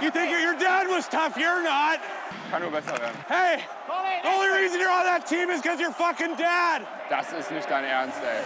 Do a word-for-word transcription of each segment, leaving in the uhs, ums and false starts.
You think your dad was tough, you're not. Kann nur besser werden. Hey, the only reason you're on that team is because you're fucking dad. Das ist nicht dein Ernst, ey.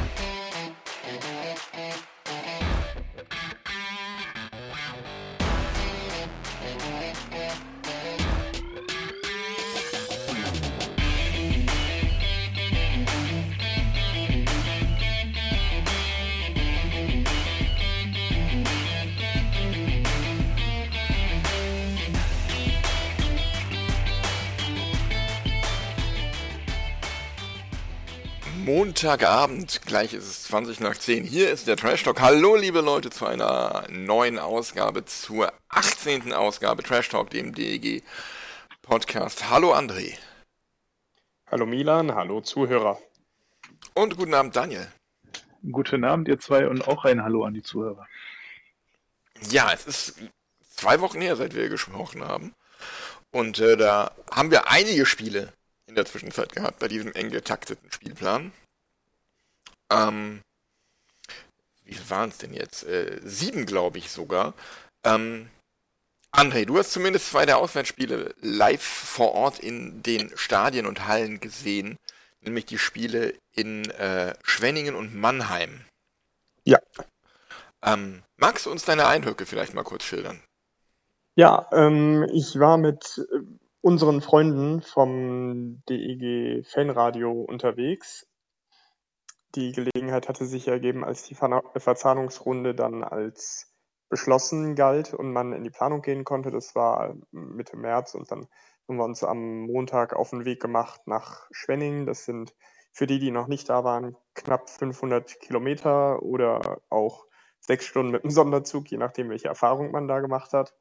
Montagabend, gleich ist es zwanzig nach zehn. Hier ist der Trash Talk. Hallo liebe Leute zu einer neuen Ausgabe, zur achtzehnten Ausgabe Trash Talk, dem D E G Podcast. Hallo André. Hallo Milan, hallo Zuhörer. Und guten Abend Daniel. Guten Abend ihr zwei und auch ein Hallo an die Zuhörer. Ja, es ist zwei Wochen her, seit wir gesprochen haben. Und äh, da haben wir einige Spiele in der Zwischenzeit gehabt, bei diesem eng getakteten Spielplan. Ähm, wie viel waren es denn jetzt? Äh, sieben, glaube ich sogar. Ähm, André, du hast zumindest zwei der Auswärtsspiele live vor Ort in den Stadien und Hallen gesehen, nämlich die Spiele in äh, Schwenningen und Mannheim. Ja. Ähm, magst du uns deine Eindrücke vielleicht mal kurz schildern? Ja, ähm, ich war mit äh, unseren Freunden vom D E G Fanradio unterwegs. Die Gelegenheit hatte sich ergeben, als die Ver- Verzahnungsrunde dann als beschlossen galt und man in die Planung gehen konnte. Das war Mitte März und dann haben wir uns am Montag auf den Weg gemacht nach Schwenningen. Das sind für die, die noch nicht da waren, knapp fünfhundert Kilometer oder auch sechs Stunden mit dem Sonderzug, je nachdem, welche Erfahrung man da gemacht hat.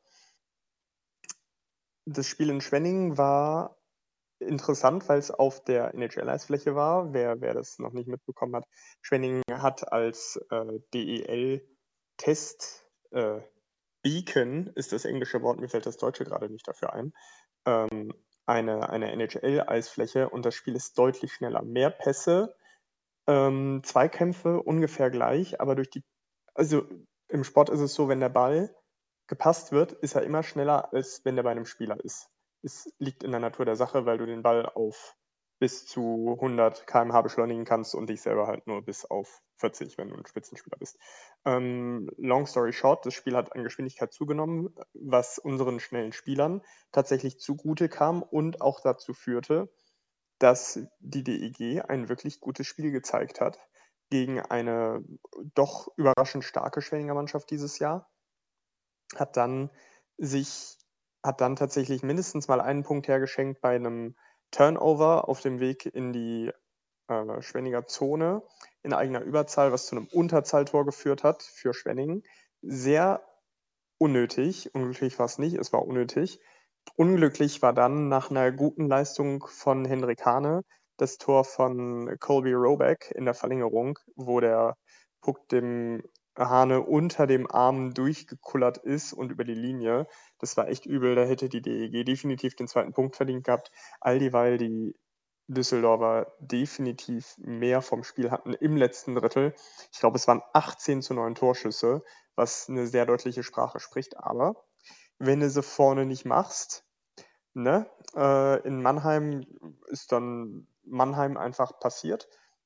Das Spiel in Schwenningen war interessant, weil es auf der N H L-Eisfläche war. Wer, wer das noch nicht mitbekommen hat, Schwenningen hat als äh, D E L-Test äh, Beacon, ist das englische Wort, mir fällt das Deutsche gerade nicht dafür ein, ähm, eine, eine N H L-Eisfläche und das Spiel ist deutlich schneller. Mehr Pässe, ähm, Zweikämpfe ungefähr gleich, aber durch die, also im Sport ist es so, wenn der Ball gepasst wird, ist er immer schneller, als wenn der bei einem Spieler ist. Es liegt in der Natur der Sache, weil du den Ball auf bis zu hundert Kilometer pro Stunde beschleunigen kannst und dich selber halt nur bis auf vierzig, wenn du ein Spitzenspieler bist. Ähm, long story short, das Spiel hat an Geschwindigkeit zugenommen, was unseren schnellen Spielern tatsächlich zugute kam und auch dazu führte, dass die D E G ein wirklich gutes Spiel gezeigt hat gegen eine doch überraschend starke Schwenninger Mannschaft dieses Jahr. Hat dann sich, hat dann tatsächlich mindestens mal einen Punkt hergeschenkt bei einem Turnover auf dem Weg in die äh, Schwenninger Zone in eigener Überzahl, was zu einem Unterzahltor geführt hat für Schwenningen. Sehr unnötig, unglücklich war es nicht, es war unnötig. Unglücklich war dann nach einer guten Leistung von Hendrik Hane das Tor von Colby Roback in der Verlängerung, wo der Puck dem Hane unter dem Arm durchgekullert ist und über die Linie. Das war echt übel, da hätte die D E G definitiv den zweiten Punkt verdient gehabt, all dieweil die Düsseldorfer definitiv mehr vom Spiel hatten im letzten Drittel. Ich glaube, es waren achtzehn zu neun Torschüsse, was eine sehr deutliche Sprache spricht, aber wenn du sie vorne nicht machst, ne, äh, in Mannheim ist dann Mannheim einfach passiert.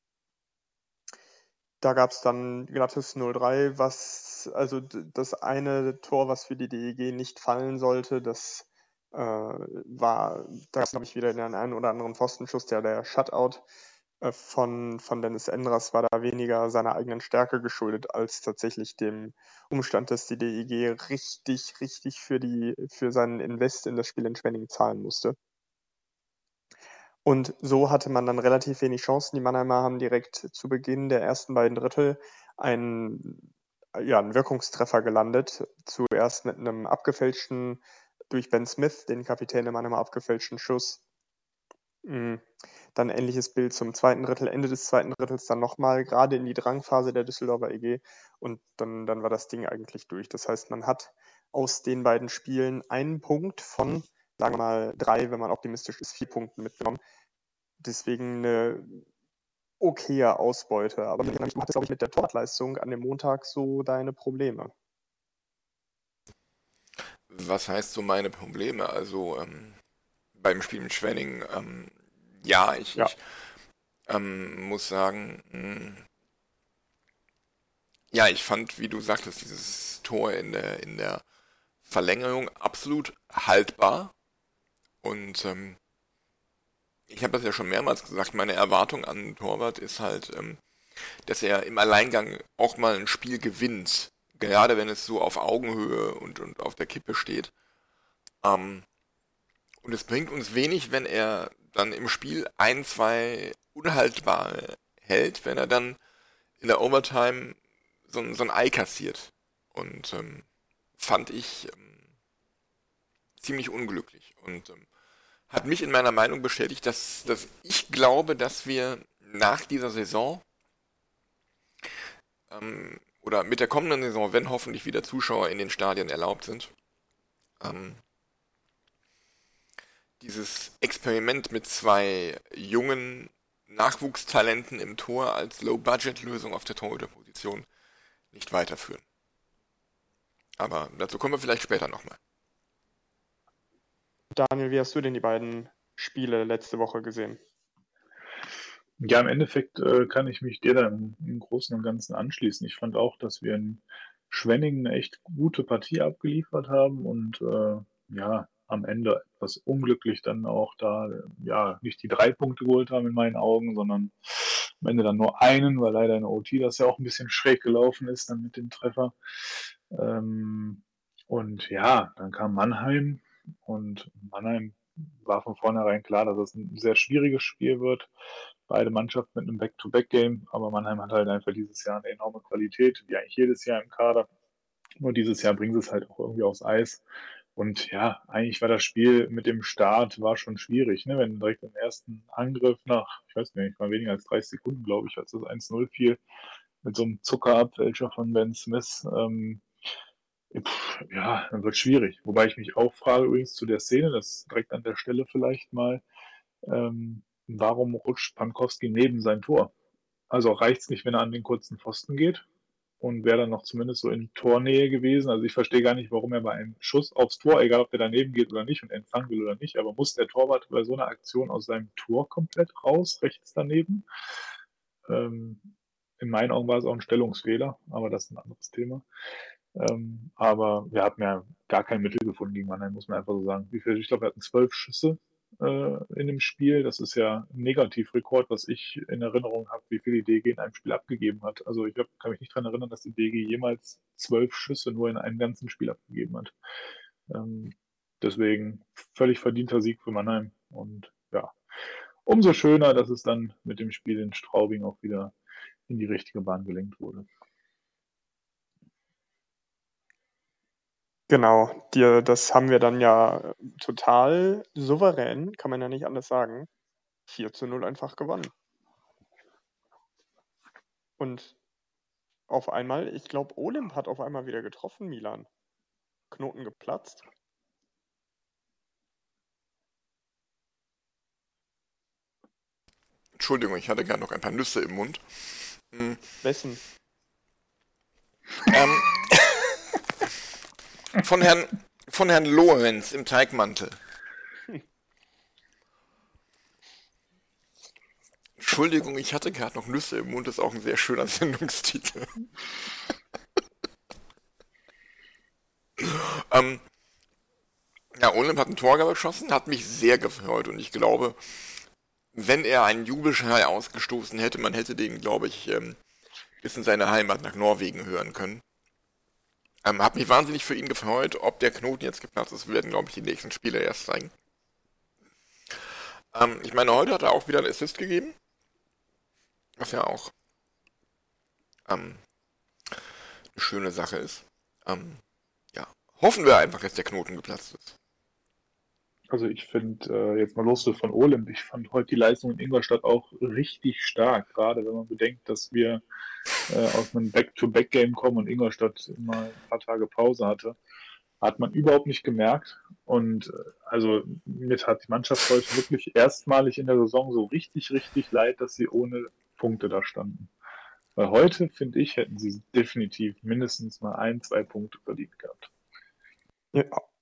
Da gab es dann glattes null drei, was, also d- das eine Tor, was für die D E G nicht fallen sollte, das äh, war, da gab es, wieder den einen oder anderen Pfostenschuss, der, der Shutout äh, von, von Dennis Endras war da weniger seiner eigenen Stärke geschuldet, als tatsächlich dem Umstand, dass die D E G richtig, richtig für, die, für seinen Invest in das Spiel in Schwenningen zahlen musste. Und so hatte man dann relativ wenig Chancen. Die Mannheimer haben direkt zu Beginn der ersten beiden Drittel einen, ja, einen Wirkungstreffer gelandet. Zuerst mit einem abgefälschten, durch Ben Smith, den Kapitän der Mannheimer, abgefälschten Schuss. Mhm. Dann ähnliches Bild zum zweiten Drittel, Ende des zweiten Drittels dann nochmal, gerade in die Drangphase der Düsseldorfer E G. Und dann, dann war das Ding eigentlich durch. Das heißt, man hat aus den beiden Spielen einen Punkt von, sagen wir mal, drei, wenn man optimistisch ist, vier Punkten mitgenommen. Deswegen eine okaye Ausbeute. Aber du hattest, glaube ich, mit der Torwartleistung an dem Montag so deine Probleme. was heißt so meine Probleme? Also ähm, beim Spiel mit Schwenning, ähm, ja, ich, Ja. ich ähm, muss sagen, mh, ja, ich fand, wie du sagtest, dieses Tor in der, in der Verlängerung absolut haltbar. Und ähm, ich habe das ja schon mehrmals gesagt, meine Erwartung an den Torwart ist halt, ähm, dass er im Alleingang auch mal ein Spiel gewinnt. Gerade wenn es so auf Augenhöhe und, und auf der Kippe steht. Ähm, und es bringt uns wenig, wenn er dann im Spiel ein, zwei unhaltbare hält, wenn er dann in der Overtime so, ein- so ein Ei kassiert. Und ähm, fand ich ähm, ziemlich unglücklich. Und ähm, hat mich in meiner Meinung bestätigt, dass, dass ich glaube, dass wir nach dieser Saison ähm, oder mit der kommenden Saison, wenn hoffentlich wieder Zuschauer in den Stadien erlaubt sind, ähm, dieses Experiment mit zwei jungen Nachwuchstalenten im Tor als Low-Budget-Lösung auf der Torhüterposition nicht weiterführen. Aber dazu kommen wir vielleicht später nochmal. Daniel, wie hast du denn die beiden Spiele letzte Woche gesehen? Ja, im Endeffekt äh, kann ich mich dir da im, im Großen und Ganzen anschließen. Ich fand auch, dass wir in Schwenningen eine echt gute Partie abgeliefert haben und äh, ja, am Ende etwas unglücklich dann auch da, äh, ja, nicht die drei Punkte geholt haben in meinen Augen, sondern am Ende dann nur einen, weil leider in der O T das ja auch ein bisschen schräg gelaufen ist dann mit dem Treffer. Ähm, und ja, dann kam Mannheim und Mannheim war von vornherein klar, dass es ein sehr schwieriges Spiel wird. Beide Mannschaften mit einem Back-to-Back-Game, aber Mannheim hat halt einfach dieses Jahr eine enorme Qualität, wie eigentlich jedes Jahr im Kader. Nur dieses Jahr bringen sie es halt auch irgendwie aufs Eis. Und ja, eigentlich war das Spiel mit dem Start war schon schwierig, ne? Wenn direkt im ersten Angriff nach, ich weiß nicht, war weniger als dreißig Sekunden, glaube ich, als das eins null fiel, mit so einem Zuckerabfälscher von Ben Smith, ähm, pff, ja, dann wird schwierig. Wobei ich mich auch frage übrigens zu der Szene, das direkt an der Stelle vielleicht mal, ähm, warum rutscht Pankowski neben sein Tor? Also reicht es nicht, wenn er an den kurzen Pfosten geht und wäre dann noch zumindest so in Tornähe gewesen. Also ich verstehe gar nicht, warum er bei einem Schuss aufs Tor, egal ob der daneben geht oder nicht und empfangen will oder nicht, aber muss der Torwart bei so einer Aktion aus seinem Tor komplett raus, rechts daneben? Ähm, in meinen Augen war es auch ein Stellungsfehler, aber das ist ein anderes Thema. Ähm, aber wir hatten ja gar kein Mittel gefunden gegen Mannheim, muss man einfach so sagen. Wie viel, ich glaube, wir hatten zwölf Schüsse äh, in dem Spiel. Das ist ja ein Negativrekord, was ich in Erinnerung habe, wie viel die D G in einem Spiel abgegeben hat. Also ich hab, kann mich nicht daran erinnern, dass die D G jemals zwölf Schüsse nur in einem ganzen Spiel abgegeben hat. Ähm, deswegen völlig verdienter Sieg für Mannheim. Und ja, umso schöner, dass es dann mit dem Spiel in Straubing auch wieder in die richtige Bahn gelenkt wurde. Genau, dir, das haben wir dann ja total souverän, kann man ja nicht anders sagen, vier zu null einfach gewonnen. Und auf einmal, ich glaube, Olymp hat auf einmal wieder getroffen, Milan. Knoten geplatzt. Entschuldigung, ich hatte gerade noch ein paar Nüsse im Mund. Hm, Wessen? ähm, von Herrn, von Herrn Lorenz im Teigmantel. Entschuldigung, ich hatte gerade noch Nüsse im Mund, ist auch ein sehr schöner Sendungstitel. ähm, ja, Olymp hat ein Tor geschossen, hat mich sehr gefreut und ich glaube, wenn er einen Jubelschrei ausgestoßen hätte, man hätte den, glaube ich, ähm, bis in seine Heimat nach Norwegen hören können. Ähm, hat mich wahnsinnig für ihn gefreut. Ob der Knoten jetzt geplatzt ist, werden, glaube ich, die nächsten Spiele erst zeigen. Ähm, ich meine, heute hat er auch wieder einen Assist gegeben. Was ja auch ähm, eine schöne Sache ist. Ähm, ja, hoffen wir einfach, dass der Knoten geplatzt ist. Also ich finde, äh, jetzt mal los von Olymp, ich fand heute die Leistung in Ingolstadt auch richtig stark, gerade wenn man bedenkt, dass wir äh, aus einem Back-to-Back-Game kommen und Ingolstadt immer ein paar Tage Pause hatte, hat man überhaupt nicht gemerkt. Und äh, also mir hat die Mannschaft heute wirklich erstmalig in der Saison so richtig, richtig leid, dass sie ohne Punkte da standen. Weil heute, finde ich, hätten sie definitiv mindestens mal ein, zwei Punkte verdient gehabt. Ja,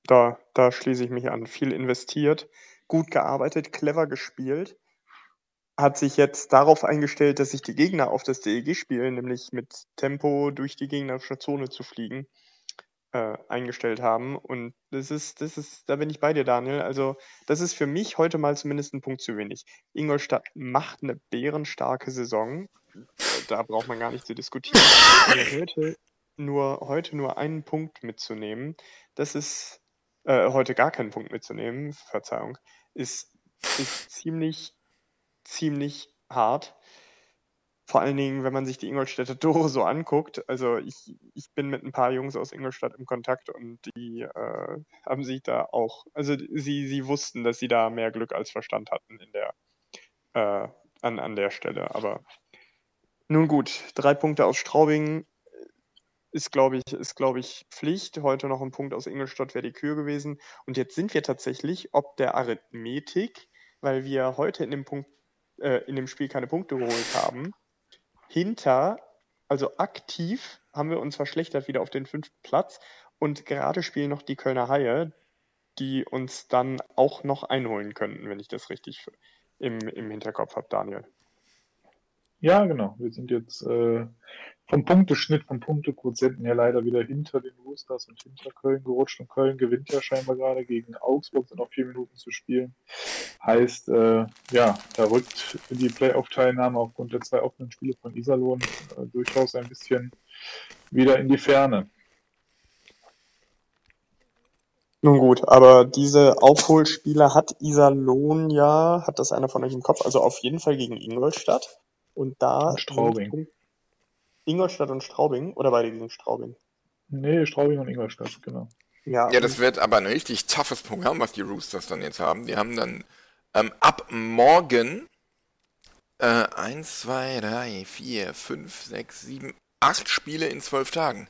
da, da schließe ich mich an. Viel investiert, gut gearbeitet, clever gespielt. Hat sich jetzt darauf eingestellt, dass sich die Gegner auf das D E G spielen, nämlich mit Tempo durch die gegnerische Zone zu fliegen, äh, eingestellt haben. Und das ist, das ist, da bin ich bei dir, Daniel. Also, das ist für mich heute mal zumindest ein Punkt zu wenig. Ingolstadt macht eine bärenstarke Saison. Da braucht man gar nicht zu diskutieren. Aber heute nur, heute nur einen Punkt mitzunehmen, das ist, äh, heute gar keinen Punkt mitzunehmen, Verzeihung, ist, ist ziemlich, ziemlich hart. Vor allen Dingen, wenn man sich die Ingolstädter Tore so anguckt. Also ich, ich bin mit ein paar Jungs aus Ingolstadt im Kontakt und die äh, haben sich da auch, also sie, sie wussten, dass sie da mehr Glück als Verstand hatten in der, äh, an, an der Stelle. Aber nun gut, drei Punkte aus Straubing ist, glaube ich, ist, glaube ich, Pflicht. Heute noch ein Punkt aus Ingolstadt wäre die Kür gewesen. Und jetzt sind wir tatsächlich, ob der Arithmetik, weil wir heute in dem Punkt, äh, in dem Spiel keine Punkte geholt haben, hinter, also aktiv, haben wir uns verschlechtert wieder auf den fünften Platz und gerade spielen noch die Kölner Haie, die uns dann auch noch einholen könnten, wenn ich das richtig im, im Hinterkopf habe, Daniel. Ja, genau. Wir sind jetzt äh, vom Punkteschnitt, vom Punktequotienten her leider wieder hinter den Roosters und hinter Köln gerutscht. Und Köln gewinnt ja scheinbar gerade gegen Augsburg, sind noch vier Minuten zu spielen. Heißt, äh, ja, da rückt die Playoff-Teilnahme aufgrund der zwei offenen Spiele von Iserlohn äh, durchaus ein bisschen wieder in die Ferne. Nun gut, aber diese Aufholspiele hat Iserlohn ja, hat das einer von euch im Kopf, also auf jeden Fall gegen Ingolstadt. Und da Und Straubing. sind Ingolstadt und Straubing oder beide gegen Straubing? Nee, Straubing und Ingolstadt, genau. Ja, ja, das wird aber ein richtig toughes Programm, was die Roosters dann jetzt haben. Die haben dann ähm, ab morgen äh, eins, zwei, drei, vier, fünf, sechs, sieben, acht Spiele in zwölf Tagen.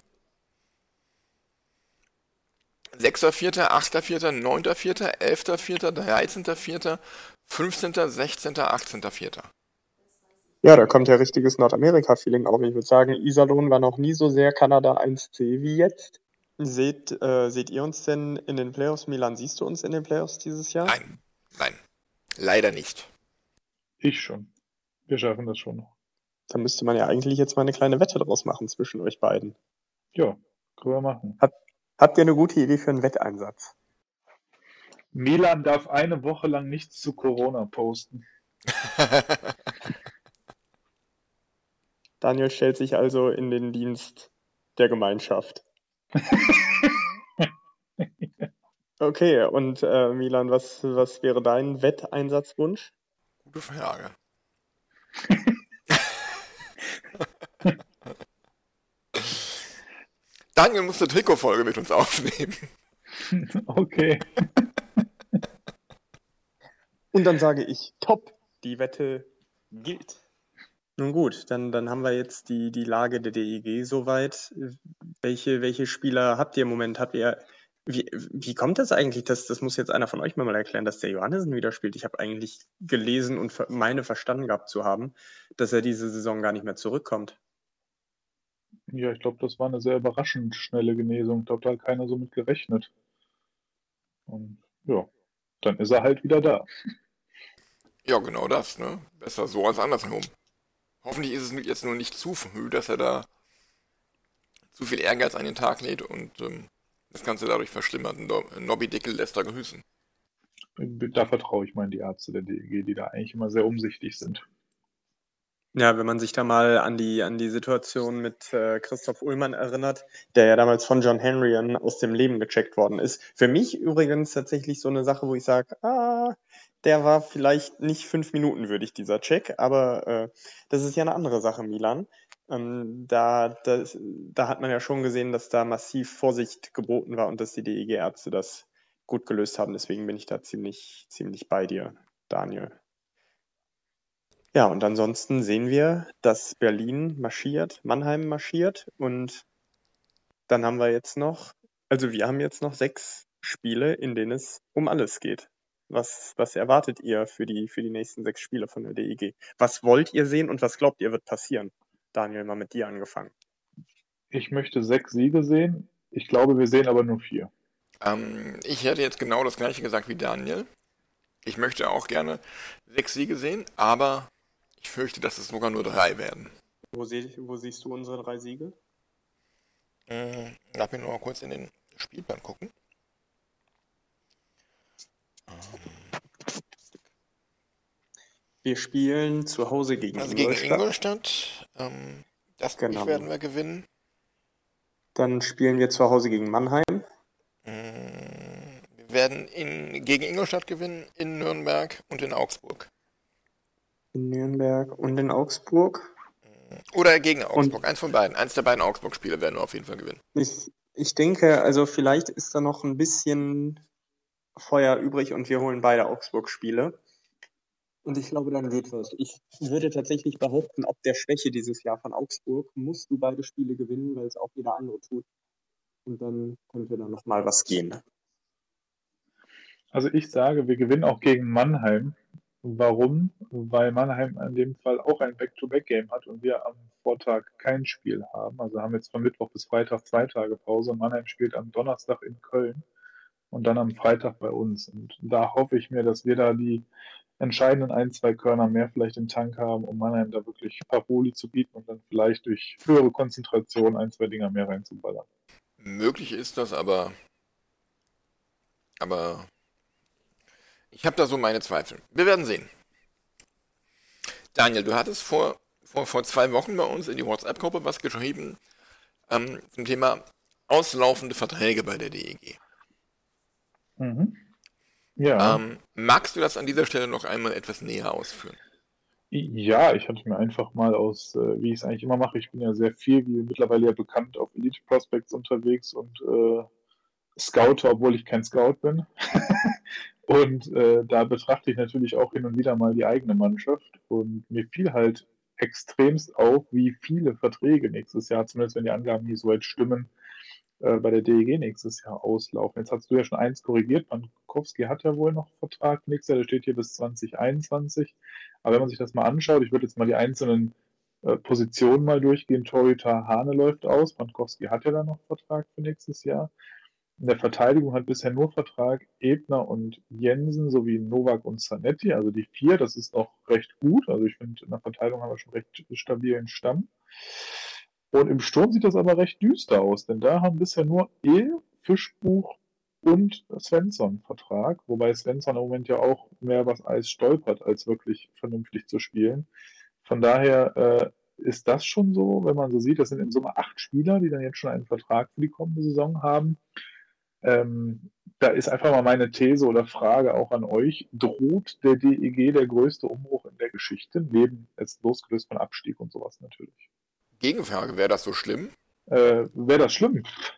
sechster vierter, achter vierter, neunter vierter, elfter vierter, dreizehnter vierter, fünfzehnter, sechzehnter, achtzehnter vierter. Ja, da kommt ja richtiges Nordamerika-Feeling auf. Ich würde sagen, Iserlohn war noch nie so sehr Kanada eins C wie jetzt. Seht, äh, seht ihr uns denn in den Playoffs? Milan, siehst du uns in den Playoffs dieses Jahr? Nein, nein, leider nicht. Ich schon. Wir schaffen das schon noch. Da müsste man ja eigentlich jetzt mal eine kleine Wette draus machen zwischen euch beiden. Ja, können wir machen. Hat, habt ihr eine gute Idee für einen Wetteinsatz? Milan darf eine Woche lang nichts zu Corona posten. Daniel stellt sich also in den Dienst der Gemeinschaft. Okay, und äh, Milan, was, was wäre dein Wetteinsatzwunsch? Gute Frage. Daniel muss eine Trikotfolge mit uns aufnehmen. Okay. Und dann sage ich, top, die Wette gilt. Nun gut, dann, dann haben wir jetzt die, die Lage der D E G soweit. Welche, welche Spieler habt ihr im Moment? Habt ihr, wie, wie kommt das eigentlich? Das, das muss jetzt einer von euch mir mal erklären, dass der Johannessen wieder spielt. Ich habe eigentlich gelesen und ver- meine verstanden gehabt zu haben, dass er diese Saison gar nicht mehr zurückkommt. Ja, ich glaube, das war eine sehr überraschend schnelle Genesung. Ich glaube, da hat keiner so mit gerechnet. Und ja, dann ist er halt wieder da. Ja, genau das, ne? Besser so als andersherum. Hoffentlich ist es jetzt nur nicht zu früh, dass er da zu viel Ehrgeiz an den Tag lädt und ähm, das Ganze dadurch verschlimmert. Nobby Dickel lässt da grüßen. Da vertraue ich mal in die Ärzte der D E G, die da eigentlich immer sehr umsichtig sind. Ja, wenn man sich da mal an die, an die Situation mit äh, Christoph Ullmann erinnert, der ja damals von John Henryan aus dem Leben gecheckt worden ist. Für mich übrigens tatsächlich so eine Sache, wo ich sage, ah, der war vielleicht nicht fünf Minuten würdig, dieser Check, aber äh, das ist ja eine andere Sache, Milan. Ähm, da, das, da hat man ja schon gesehen, dass da massiv Vorsicht geboten war und dass die D E G-Ärzte das gut gelöst haben. Deswegen bin ich da ziemlich, ziemlich bei dir, Daniel. Ja, und ansonsten sehen wir, dass Berlin marschiert, Mannheim marschiert und dann haben wir jetzt noch, also wir haben jetzt noch sechs Spiele, in denen es um alles geht. Was, was erwartet ihr für die, für die nächsten sechs Spiele von der D E G? Was wollt ihr sehen und was glaubt ihr wird passieren? Daniel, mal mit dir angefangen. Ich möchte sechs Siege sehen. Ich glaube, wir sehen aber nur vier. Ähm, ich hätte jetzt genau das gleiche gesagt wie Daniel. Ich möchte auch gerne sechs Siege sehen, aber ich fürchte, dass es sogar nur drei werden. Wo, sie, wo siehst du unsere drei Siege? Hm, lass mich noch mal kurz in den Spielplan gucken. Wir spielen zu Hause gegen Also gegen Ingolstadt. Ingolstadt. Ähm, das Genau. werden wir gewinnen. Dann spielen wir zu Hause gegen Mannheim. Hm, wir werden in, gegen Ingolstadt gewinnen, in Nürnberg und in Augsburg. In Nürnberg und in Augsburg. Oder gegen Augsburg, Und eins von beiden. Eins der beiden Augsburg-Spiele werden wir auf jeden Fall gewinnen. ich, ich denke, also vielleicht ist da noch ein bisschen Feuer übrig und wir holen beide Augsburg-Spiele. Und ich glaube, dann wird was. Ich würde tatsächlich behaupten, ob der Schwäche dieses Jahr von Augsburg musst du beide Spiele gewinnen, weil es auch jeder andere tut. Und dann könnte da nochmal was gehen. Also ich sage, wir gewinnen auch gegen Mannheim. Warum? Weil Mannheim in dem Fall auch ein Back-to-Back-Game hat und wir am Vortag kein Spiel haben. Also haben jetzt von Mittwoch bis Freitag zwei Tage Pause. Mannheim spielt am Donnerstag in Köln und dann am Freitag bei uns. Und da hoffe ich mir, dass wir da die entscheidenden ein, zwei Körner mehr vielleicht im Tank haben, um Mannheim da wirklich Paroli zu bieten und dann vielleicht durch höhere Konzentration ein, zwei Dinger mehr reinzuballern. Möglich ist das, aber aber ich habe da so meine Zweifel. Wir werden sehen. Daniel, du hattest vor, vor, vor zwei Wochen bei uns in die WhatsApp-Gruppe was geschrieben ähm, zum Thema auslaufende Verträge bei der D E G. Mhm. Ja. Ähm, magst du das an dieser Stelle noch einmal etwas näher ausführen? Ja, ich hatte mir einfach mal aus, äh, wie ich es eigentlich immer mache, ich bin ja sehr viel, wie mittlerweile ja bekannt, auf Elite Prospects unterwegs und äh, Scouter, obwohl ich kein Scout bin. Und äh, da betrachte ich natürlich auch hin und wieder mal die eigene Mannschaft. Und mir fiel halt extremst auf, wie viele Verträge nächstes Jahr, zumindest wenn die Angaben hier soweit stimmen, äh, bei der D E G nächstes Jahr auslaufen. Jetzt hast du ja schon eins korrigiert. Pankowski hat ja wohl noch Vertrag nächstes Jahr, der steht hier bis zwanzig einundzwanzig. Aber wenn man sich das mal anschaut, ich würde jetzt mal die einzelnen äh, Positionen mal durchgehen. Torhüter Hane läuft aus, Pankowski hat ja dann noch Vertrag für nächstes Jahr. In der Verteidigung hat bisher nur Vertrag Ebner und Jensen sowie Novak und Zanetti, also die vier, das ist noch recht gut. Also ich finde, in der Verteidigung haben wir schon recht stabilen Stamm. Und im Sturm sieht das aber recht düster aus, denn da haben bisher nur E, Fischbuch und Svensson Vertrag, wobei Svensson im Moment ja auch mehr was Eis stolpert, als wirklich vernünftig zu spielen. Von daher äh, ist das schon so, wenn man so sieht, das sind in Summe acht Spieler, die dann jetzt schon einen Vertrag für die kommende Saison haben. Ähm, da ist einfach mal meine These oder Frage auch an euch. Droht der D E G der größte Umbruch in der Geschichte? Neben jetzt losgelöst von Abstieg und sowas natürlich. Gegenfrage, wäre das so schlimm? Äh, Wäre das schlimm?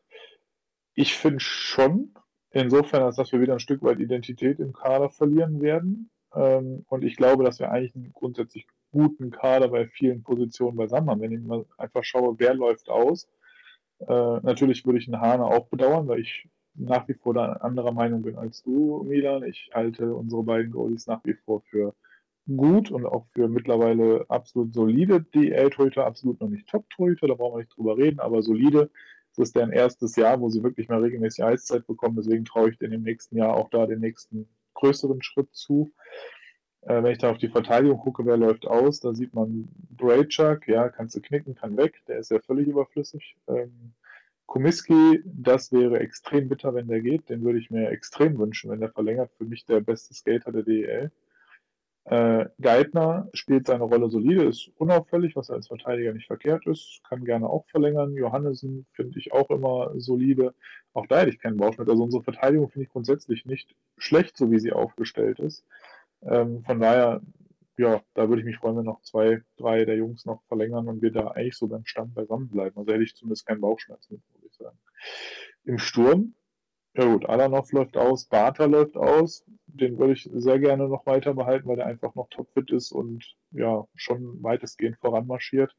Ich finde schon, insofern, als dass wir wieder ein Stück weit Identität im Kader verlieren werden. Ähm, und ich glaube, dass wir eigentlich einen grundsätzlich guten Kader bei vielen Positionen beisammen haben. Wenn ich mal einfach schaue, wer läuft aus. Äh, natürlich würde ich einen Hane auch bedauern, weil ich nach wie vor da anderer Meinung bin als du, Milan. Ich halte unsere beiden Goalies nach wie vor für gut und auch für mittlerweile absolut solide D L-Torhüter, absolut noch nicht Top-Torhüter, da brauchen wir nicht drüber reden, aber solide. Das ist deren erstes Jahr, wo sie wirklich mal regelmäßig Eiszeit bekommen, deswegen traue ich denen im nächsten Jahr auch da den nächsten größeren Schritt zu. Äh, wenn ich da auf die Verteidigung gucke, wer läuft aus, da sieht man Braychuk, ja, kannst du knicken, kann weg, der ist ja völlig überflüssig. Ähm, Komiski, das wäre extrem bitter, wenn der geht. Den würde ich mir extrem wünschen, wenn der verlängert. Für mich der beste Skater der D E L. Äh, Geithner spielt seine Rolle solide, ist unauffällig, was als Verteidiger nicht verkehrt ist. Kann gerne auch verlängern. Johannessen finde ich auch immer solide. Auch da hätte ich keinen Bauchschmerz. Also unsere Verteidigung finde ich grundsätzlich nicht schlecht, so wie sie aufgestellt ist. Ähm, von daher, ja, da würde ich mich freuen, wenn noch zwei, drei der Jungs noch verlängern und wir da eigentlich so beim Stamm beisammen bleiben. Also hätte ich zumindest keinen Bauchschmerz mit, würde ich sagen. Im Sturm, ja gut, Alanov läuft aus, Bartha läuft aus. Den würde ich sehr gerne noch weiter behalten, weil der einfach noch topfit ist und ja, schon weitestgehend voranmarschiert.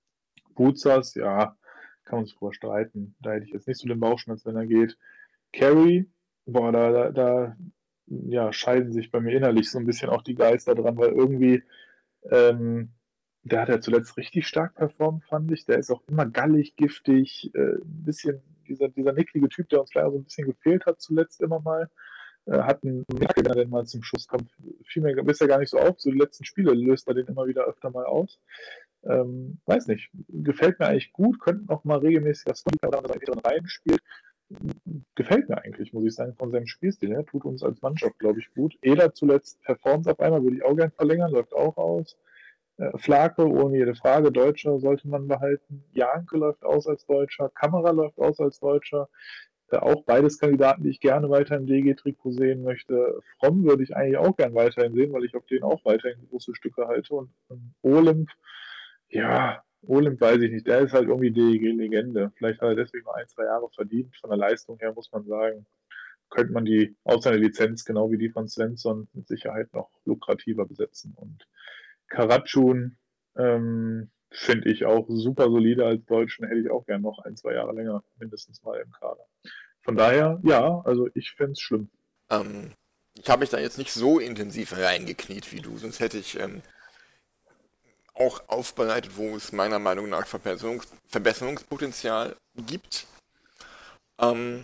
Buzas, ja, kann man sich drüber streiten. Da hätte ich jetzt nicht so den Bauchschmerz, wenn er geht. Carey, boah, da, da, da ja, scheiden sich bei mir innerlich so ein bisschen auch die Geister dran, weil irgendwie, ähm, der hat ja zuletzt richtig stark performt, fand ich. Der ist auch immer gallig, giftig, äh, ein bisschen dieser, dieser nicklige Typ, der uns leider so ein bisschen gefehlt hat zuletzt immer mal, äh, hat einen Jacke, wenn er denn mal zum Schuss kommt, fiel mir bisher gar nicht so auf. So die letzten Spiele löst er den immer wieder öfter mal aus. Ähm, weiß nicht, gefällt mir eigentlich gut, könnte noch mal regelmäßiger Sniper oder seine drin reinspielt. Gefällt mir eigentlich, muss ich sagen, von seinem Spielstil her. Tut uns als Mannschaft, glaube ich, gut. Eder zuletzt performt auf einmal, würde ich auch gern verlängern, läuft auch aus. Äh, Flake, ohne jede Frage, Deutscher sollte man behalten. Janke läuft aus als Deutscher, Kamera läuft aus als Deutscher. Äh, auch beides Kandidaten, die ich gerne weiter im D G-Trikot sehen möchte. Fromm würde ich eigentlich auch gern weiterhin sehen, weil ich auf den auch weiterhin große Stücke halte. Und, und Olymp, ja, Olymp weiß ich nicht, der ist halt irgendwie D G-Legende. Vielleicht hat er deswegen nur ein, zwei Jahre verdient. Von der Leistung her muss man sagen, könnte man die, außer seiner Lizenz, genau wie die von Svensson, mit Sicherheit noch lukrativer besetzen. Und Karatschun ähm, finde ich auch super solide als Deutschen, hätte ich auch gern noch ein, zwei Jahre länger mindestens mal im Kader. Von daher, ja, also ich fände es schlimm. Ähm, ich habe mich da jetzt nicht so intensiv reingekniet wie du, sonst hätte ich ähm, auch aufbereitet, wo es meiner Meinung nach Verbesserungs Verbesserungspotenzial gibt. Ähm,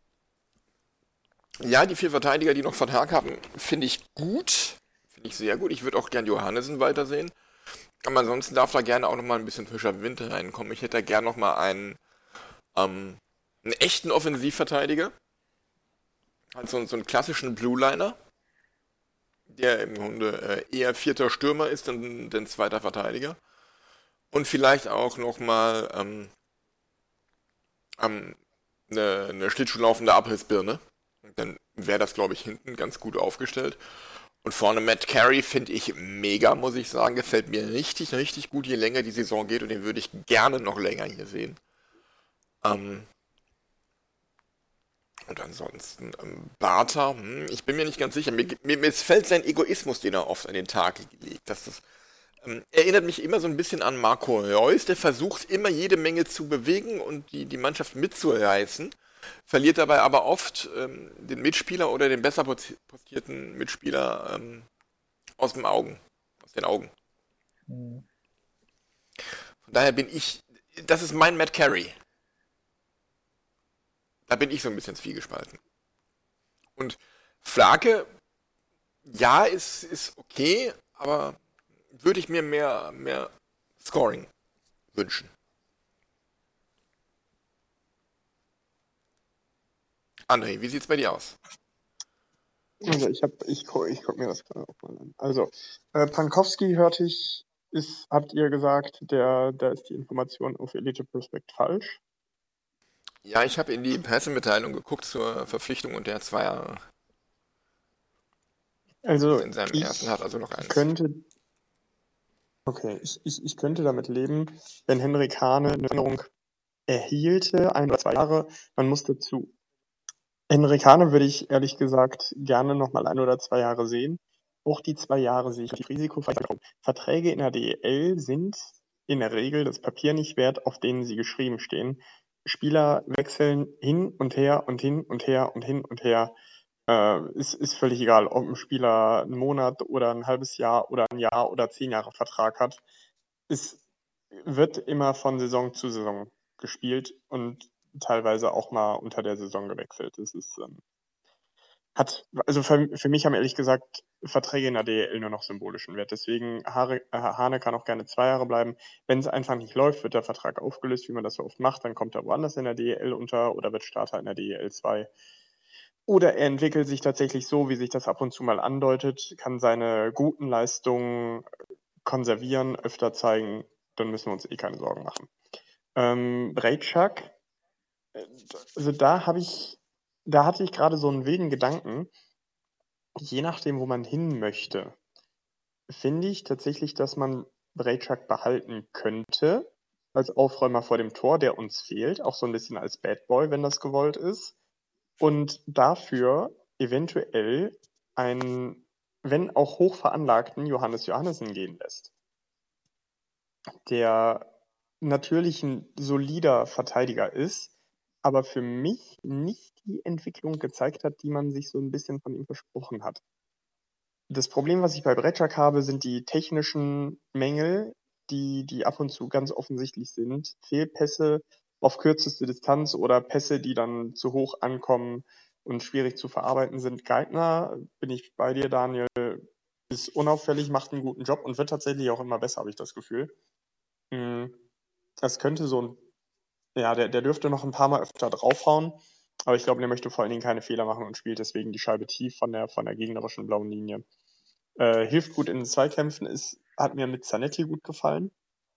ja, die vier Verteidiger, die noch Vertrag haben, finde ich gut. Finde ich sehr gut. Ich würde auch gern Johannesen weitersehen. Aber ansonsten darf da gerne auch nochmal ein bisschen frischer Wind reinkommen. Ich hätte da gern nochmal einen, ähm, einen echten Offensivverteidiger. Also so einen klassischen Blue-Liner, der im Grunde äh, eher vierter Stürmer ist denn, denn zweiter Verteidiger. Und vielleicht auch nochmal ähm, ähm, eine, eine schlittschuhlaufende Abrissbirne. Dann wäre das, glaube ich, hinten ganz gut aufgestellt. Und vorne Matt Carey finde ich mega, muss ich sagen. Gefällt mir richtig, richtig gut, je länger die Saison geht. Und den würde ich gerne noch länger hier sehen. Ähm und ansonsten, ähm, Bartha, hm, ich bin mir nicht ganz sicher. Mir, mir, mir fällt sein Egoismus, den er oft an den Tag legt. Das ist, ähm, erinnert mich immer so ein bisschen an Marco Reus. Der versucht immer jede Menge zu bewegen und die, die Mannschaft mitzureißen. Verliert dabei aber oft ähm, den Mitspieler oder den besser postierten Mitspieler ähm, aus dem Augen, aus den Augen. Mhm. Von daher bin ich, das ist mein Matt Carey. Da bin ich so ein bisschen zwiegespalten. Und Flake, ja, ist, ist okay, aber würde ich mir mehr, mehr Scoring wünschen. André, wie sieht's bei dir aus? Also ich habe, ich, gu- ich gucke mir das gerade auch mal an. Also, äh, Pankowski hörte ich, ist, habt ihr gesagt, der, da ist die Information auf Elite Prospect falsch. Ja, ich habe in die Pressemitteilung geguckt zur Verpflichtung und der hat zwei Jahre. Also In seinem ich ersten hat also noch eins. könnte, okay, ich, ich, ich könnte damit leben, wenn Henrik Hane eine Erinnerung erhielte, ein oder zwei Jahre. Man muss dazu, Henrik Hane würde ich ehrlich gesagt gerne nochmal ein oder zwei Jahre sehen. Auch die zwei Jahre sehe ich relativ risikofrei. Verträge in der D E L sind in der Regel das Papier nicht wert, auf denen sie geschrieben stehen. Spieler wechseln hin und her und hin und her und hin und her. Äh, ist, ist völlig egal, ob ein Spieler einen Monat oder ein halbes Jahr oder ein Jahr oder zehn Jahre Vertrag hat. Es wird immer von Saison zu Saison gespielt und teilweise auch mal unter der Saison gewechselt. Es ist, ähm, hat, also für, für mich haben ehrlich gesagt Verträge in der D E L nur noch symbolischen Wert. Deswegen Hare, äh, Hane kann auch gerne zwei Jahre bleiben. Wenn es einfach nicht läuft, wird der Vertrag aufgelöst, wie man das so oft macht. Dann kommt er woanders in der D E L unter oder wird Starter in der D E L zwei. Oder er entwickelt sich tatsächlich so, wie sich das ab und zu mal andeutet, kann seine guten Leistungen konservieren, öfter zeigen, dann müssen wir uns eh keine Sorgen machen. Ähm, Brejčák, äh, also da habe ich, da hatte ich gerade so einen wilden Gedanken, je nachdem, wo man hin möchte, finde ich tatsächlich, dass man Brejčák behalten könnte, als Aufräumer vor dem Tor, der uns fehlt, auch so ein bisschen als Bad Boy, wenn das gewollt ist. Und dafür eventuell einen, wenn auch hochveranlagten Johannes Johannesen gehen lässt, der natürlich ein solider Verteidiger ist, aber für mich nicht die Entwicklung gezeigt hat, die man sich so ein bisschen von ihm versprochen hat. Das Problem, was ich bei Brejčák habe, sind die technischen Mängel, die, die ab und zu ganz offensichtlich sind. Fehlpässe, auf kürzeste Distanz oder Pässe, die dann zu hoch ankommen und schwierig zu verarbeiten sind. Geithner, bin ich bei dir, Daniel, ist unauffällig, macht einen guten Job und wird tatsächlich auch immer besser, habe ich das Gefühl. Das könnte so ein, ja, der, der dürfte noch ein paar Mal öfter draufhauen, aber ich glaube, der möchte vor allen Dingen keine Fehler machen und spielt deswegen die Scheibe tief von der, von der gegnerischen blauen Linie. Äh, hilft gut in den Zweikämpfen, ist, hat mir mit Zanetti gut gefallen,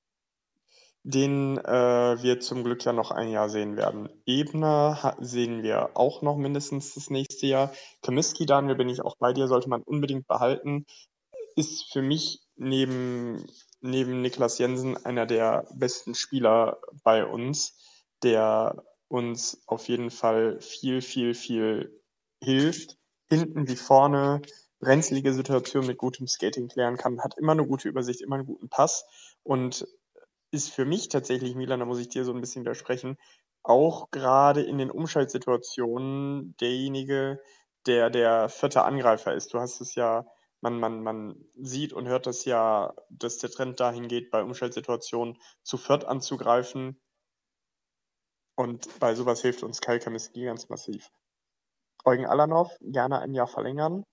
den äh, wir zum Glück ja noch ein Jahr sehen werden. Ebner ha- sehen wir auch noch mindestens das nächste Jahr. Comiskey, Daniel, bin ich auch bei dir, sollte man unbedingt behalten. Ist für mich neben, neben Niklas Jensen einer der besten Spieler bei uns, der uns auf jeden Fall viel, viel, viel hilft. Hinten wie vorne brenzlige Situationen mit gutem Skating klären kann, hat immer eine gute Übersicht, immer einen guten Pass und ist für mich tatsächlich, Milan, da muss ich dir so ein bisschen widersprechen, auch gerade in den Umschaltsituationen derjenige, der der vierte Angreifer ist. Du hast es ja, man, man, man sieht und hört das ja, dass der Trend dahin geht, bei Umschaltsituationen zu viert anzugreifen. Und bei sowas hilft uns Kyle Kaminski ganz massiv. Eugen Alanov, gerne ein Jahr verlängern.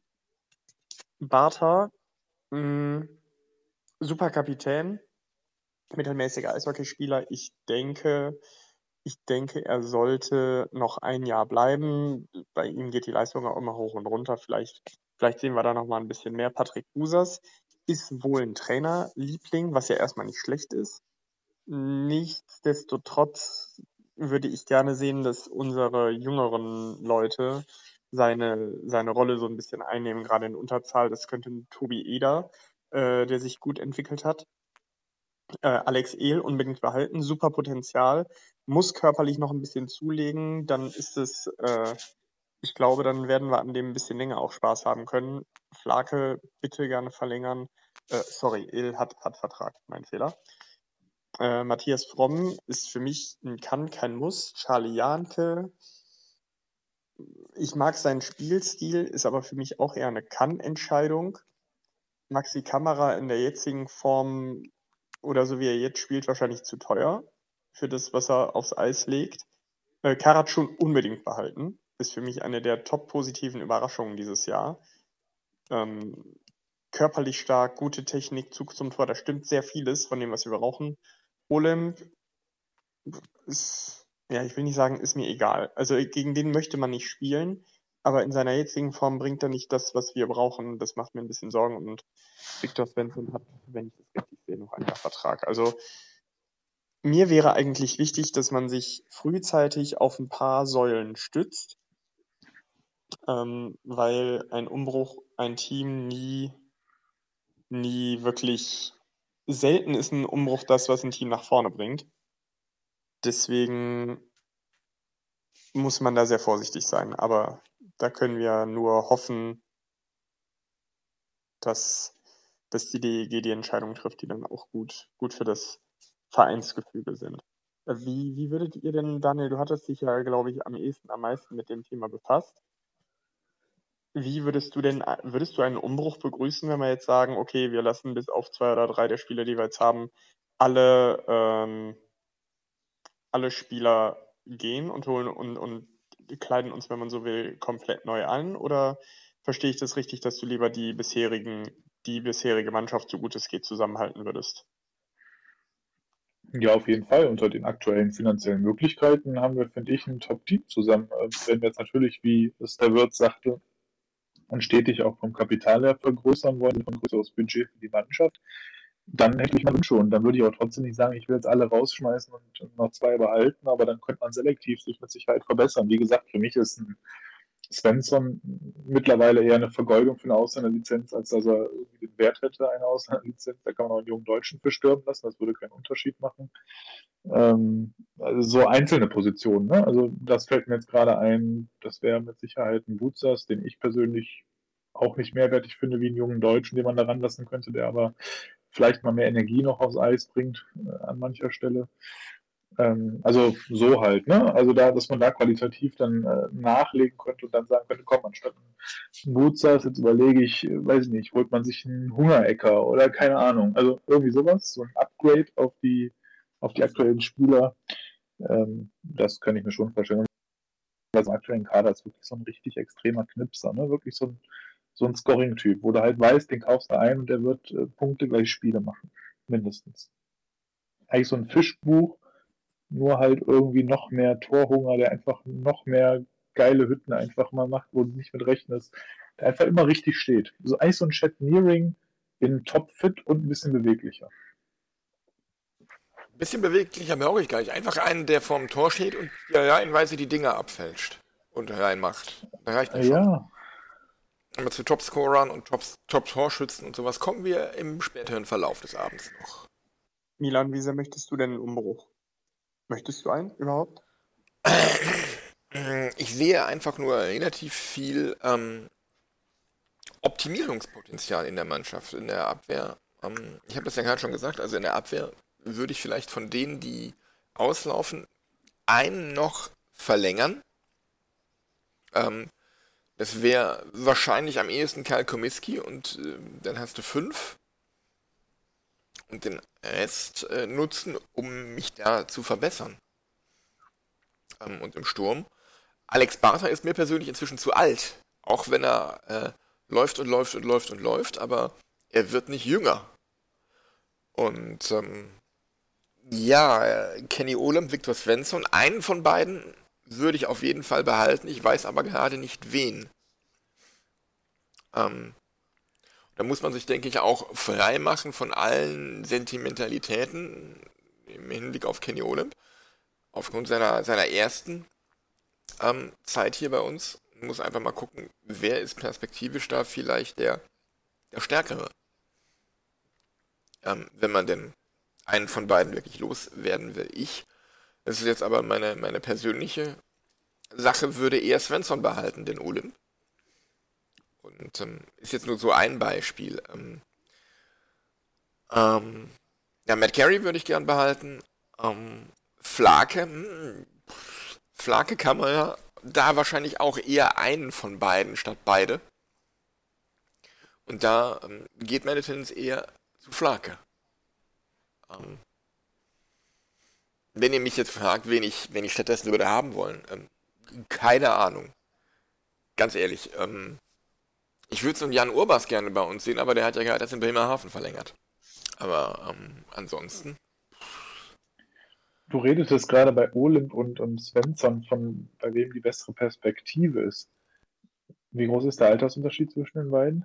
Bartha, mh, super Kapitän, mittelmäßiger Eishockeyspieler. Ich denke, ich denke, er sollte noch ein Jahr bleiben. Bei ihm geht die Leistung auch immer hoch und runter. Vielleicht, vielleicht sehen wir da noch mal ein bisschen mehr. Patrick Busas ist wohl ein Trainerliebling, was ja erstmal nicht schlecht ist. Nichtsdestotrotz würde ich gerne sehen, dass unsere jüngeren Leute seine, seine Rolle so ein bisschen einnehmen, gerade in Unterzahl. Das könnte ein Tobi Eder, äh, der sich gut entwickelt hat. Äh, Alex Ehl unbedingt behalten, super Potenzial, muss körperlich noch ein bisschen zulegen, dann ist es, äh, ich glaube, dann werden wir an dem ein bisschen länger auch Spaß haben können. Flake bitte gerne verlängern. Äh, sorry, Ehl hat, hat Vertrag, mein Fehler. Äh, Matthias Fromm ist für mich ein Kann, kein Muss. Charlie Jahnke, ich mag seinen Spielstil, ist aber für mich auch eher eine Kann-Entscheidung. Maxi Kamera in der jetzigen Form oder so wie er jetzt spielt, wahrscheinlich zu teuer für das, was er aufs Eis legt. Äh, Karat schon unbedingt behalten. Ist für mich eine der top positiven Überraschungen dieses Jahr. Ähm, körperlich stark, gute Technik, Zug zum Tor, da stimmt sehr vieles von dem, was wir brauchen. Olymp ist, ja, ich will nicht sagen, ist mir egal. Also gegen den möchte man nicht spielen, aber in seiner jetzigen Form bringt er nicht das, was wir brauchen. Das macht mir ein bisschen Sorgen und Victor Svensson hat, wenn ich das richtig sehe, noch einen Vertrag. Also mir wäre eigentlich wichtig, dass man sich frühzeitig auf ein paar Säulen stützt, ähm, weil ein Umbruch ein Team nie, nie wirklich, selten ist ein Umbruch das, was ein Team nach vorne bringt. Deswegen muss man da sehr vorsichtig sein. Aber da können wir nur hoffen, dass, dass die D E G die Entscheidung trifft, die dann auch gut, gut für das Vereinsgefüge sind. Wie, wie würdet ihr denn, Daniel, du hattest dich ja, glaube ich, am ehesten, am meisten mit dem Thema befasst. Wie würdest du denn, würdest du einen Umbruch begrüßen, wenn wir jetzt sagen, okay, wir lassen bis auf zwei oder drei der Spieler, die wir jetzt haben, alle, ähm, alle Spieler gehen und holen und, und kleiden uns, wenn man so will, komplett neu an? Oder verstehe ich das richtig, dass du lieber die bisherigen, die bisherige Mannschaft, so gut es geht, zusammenhalten würdest? Ja, auf jeden Fall. Unter den aktuellen finanziellen Möglichkeiten haben wir, finde ich, ein Top-Team zusammen. Äh, Wenn wir jetzt natürlich, wie es der Wirt sagte, und stetig auch vom Kapital her vergrößern wollen, ein größeres Budget für die Mannschaft, dann hätte ich mal Wünsche und dann würde ich auch trotzdem nicht sagen, ich will jetzt alle rausschmeißen und noch zwei behalten, aber dann könnte man selektiv sich mit Sicherheit verbessern. Wie gesagt, für mich ist ein Svensson mittlerweile eher eine Vergeudung für eine Ausländerlizenz, als dass er irgendwie den Wert hätte, eine Ausländerlizenz. Da kann man auch einen jungen Deutschen für sterben lassen, das würde keinen Unterschied machen. Ähm, also so einzelne Positionen, ne? Also das fällt mir jetzt gerade ein, das wäre mit Sicherheit ein Butzas, den ich persönlich auch nicht mehrwertig finde wie einen jungen Deutschen, den man da ranlassen könnte, der aber vielleicht mal mehr Energie noch aufs Eis bringt äh, an mancher Stelle. Ähm, also so halt, ne? Also da, dass man da qualitativ dann äh, nachlegen könnte und dann sagen könnte, komm, anstatt ein Butzas, jetzt überlege ich, äh, weiß ich nicht, holt man sich einen Hungerecker oder keine Ahnung. Also irgendwie sowas, so ein Upgrade auf die, auf die aktuellen Spieler. Ähm, das kann ich mir schon vorstellen. Also im aktuellen Kader ist wirklich so ein richtig extremer Knipser, ne? Wirklich so ein, so ein Scoring-Typ, wo du halt weißt, den kaufst du ein und der wird äh, Punkte gleich Spiele machen. Mindestens. Eigentlich so ein Fischbuch, nur halt irgendwie noch mehr Torhunger, der einfach noch mehr geile Hütten einfach mal macht, wo du nicht mit rechnest, der einfach immer richtig steht. So eigentlich so ein Chat Nearing in Topfit und ein bisschen beweglicher. Ein bisschen beweglicher brauche ich gar nicht. Einfach einen, der vorm Tor steht und ja reihenweise die Dinger abfälscht und reinmacht. Da reicht mir schon. Ja, Aber zu Topscorern und Top- Top-Torschützen und sowas kommen wir im späteren Verlauf des Abends noch. Milan, wie sehr möchtest du denn einen Umbruch? Möchtest du einen überhaupt? Ich sehe einfach nur relativ viel ähm, Optimierungspotenzial in der Mannschaft, in der Abwehr. Ähm, ich habe das ja gerade schon gesagt, also in der Abwehr würde ich vielleicht von denen, die auslaufen, einen noch verlängern. Ähm, das wäre wahrscheinlich am ehesten Karl Komiski und äh, dann hast du fünf und den Rest äh, nutzen, um mich da zu verbessern. Ähm, und im Sturm. Alex Barter ist mir persönlich inzwischen zu alt, auch wenn er äh, läuft und läuft und läuft und läuft, aber er wird nicht jünger. Und ähm, ja, äh, Kenny Olam, Viktor Svensson, einen von beiden würde ich auf jeden Fall behalten, ich weiß aber gerade nicht wen. Ähm, da muss man sich, denke ich, auch frei machen von allen Sentimentalitäten im Hinblick auf Kenny Olam, aufgrund seiner, seiner ersten ähm, Zeit hier bei uns. Man muss einfach mal gucken, wer ist perspektivisch da vielleicht der, der Stärkere. Ähm, wenn man denn einen von beiden wirklich loswerden will. Ich, das ist jetzt aber meine, meine persönliche Sache, würde eher Svensson behalten, den Olymp. Und ähm, ist jetzt nur so ein Beispiel. Ähm, ähm, ja, Matt Carey würde ich gern behalten. Ähm, Flake, hm, Flake kann man ja da wahrscheinlich auch eher einen von beiden statt beide. Und da ähm, geht meine Tendenz eher zu Flake. Ähm, wenn ihr mich jetzt fragt, wen ich, wen ich stattdessen würde haben wollen, ähm, keine Ahnung. Ganz ehrlich, ähm, ich würde so einen Jan Urbas gerne bei uns sehen, aber der hat ja gerade erst in Bremerhaven verlängert. Aber ähm, ansonsten, du redetest gerade bei Olymp und, und Svensson von, bei wem die bessere Perspektive ist. Wie groß ist der Altersunterschied zwischen den beiden?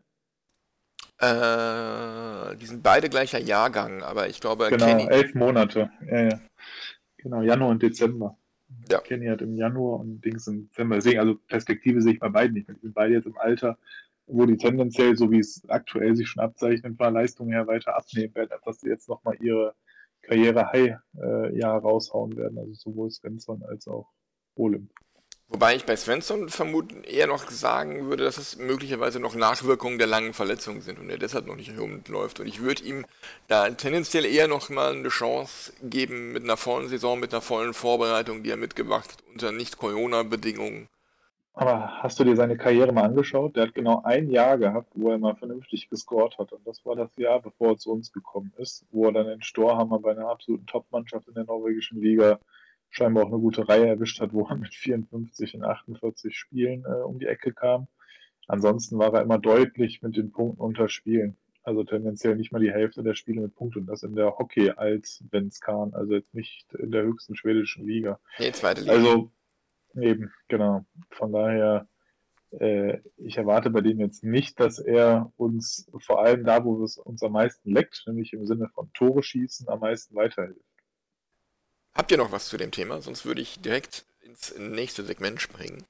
äh, die sind beide gleicher Jahrgang, aber ich glaube, Genau, Kenny, elf Monate. Ja, ja. Genau, Januar und Dezember. ja, Kenny hat im Januar und Dings im Dezember. Deswegen, also Perspektive sehe ich bei beiden nicht. Wir sind beide jetzt im Alter, wo die tendenziell, so wie es aktuell sich schon abzeichnet, von der Leistung her weiter abnehmen werden, als dass sie jetzt nochmal ihre Karriere-High-Jahr raushauen werden. Also sowohl Svensson als auch Olymp. wobei ich bei Svensson vermuten eher noch sagen würde, dass es möglicherweise noch Nachwirkungen der langen Verletzungen sind und er deshalb noch nicht rund läuft. Und ich würde ihm da tendenziell eher noch mal eine Chance geben mit einer vollen Saison, mit einer vollen Vorbereitung, die er mitgemacht hat, unter Nicht-Corona-Bedingungen. Aber hast du dir seine Karriere mal angeschaut? Der hat genau ein Jahr gehabt, wo er mal vernünftig gescored hat. Und das war das Jahr, bevor er zu uns gekommen ist, wo er dann in Storhamar bei einer absoluten Top-Mannschaft in der norwegischen Liga scheinbar auch eine gute Reihe erwischt hat, wo er mit vierundfünfzig in achtundvierzig Spielen äh, um die Ecke kam. Ansonsten war er immer deutlich mit den Punkten unter Spielen. Also tendenziell nicht mal die Hälfte der Spiele mit Punkten. Und das in der Hockey als Svenskan, also jetzt nicht in der höchsten schwedischen Liga. Nee, zweite Liga. Also eben, genau. Von daher, äh, ich erwarte bei dem jetzt nicht, dass er uns vor allem da, wo es uns am meisten leckt, nämlich im Sinne von Tore schießen, am meisten weiterhilft. Habt ihr noch was zu dem Thema? Sonst würde ich direkt ins nächste Segment springen.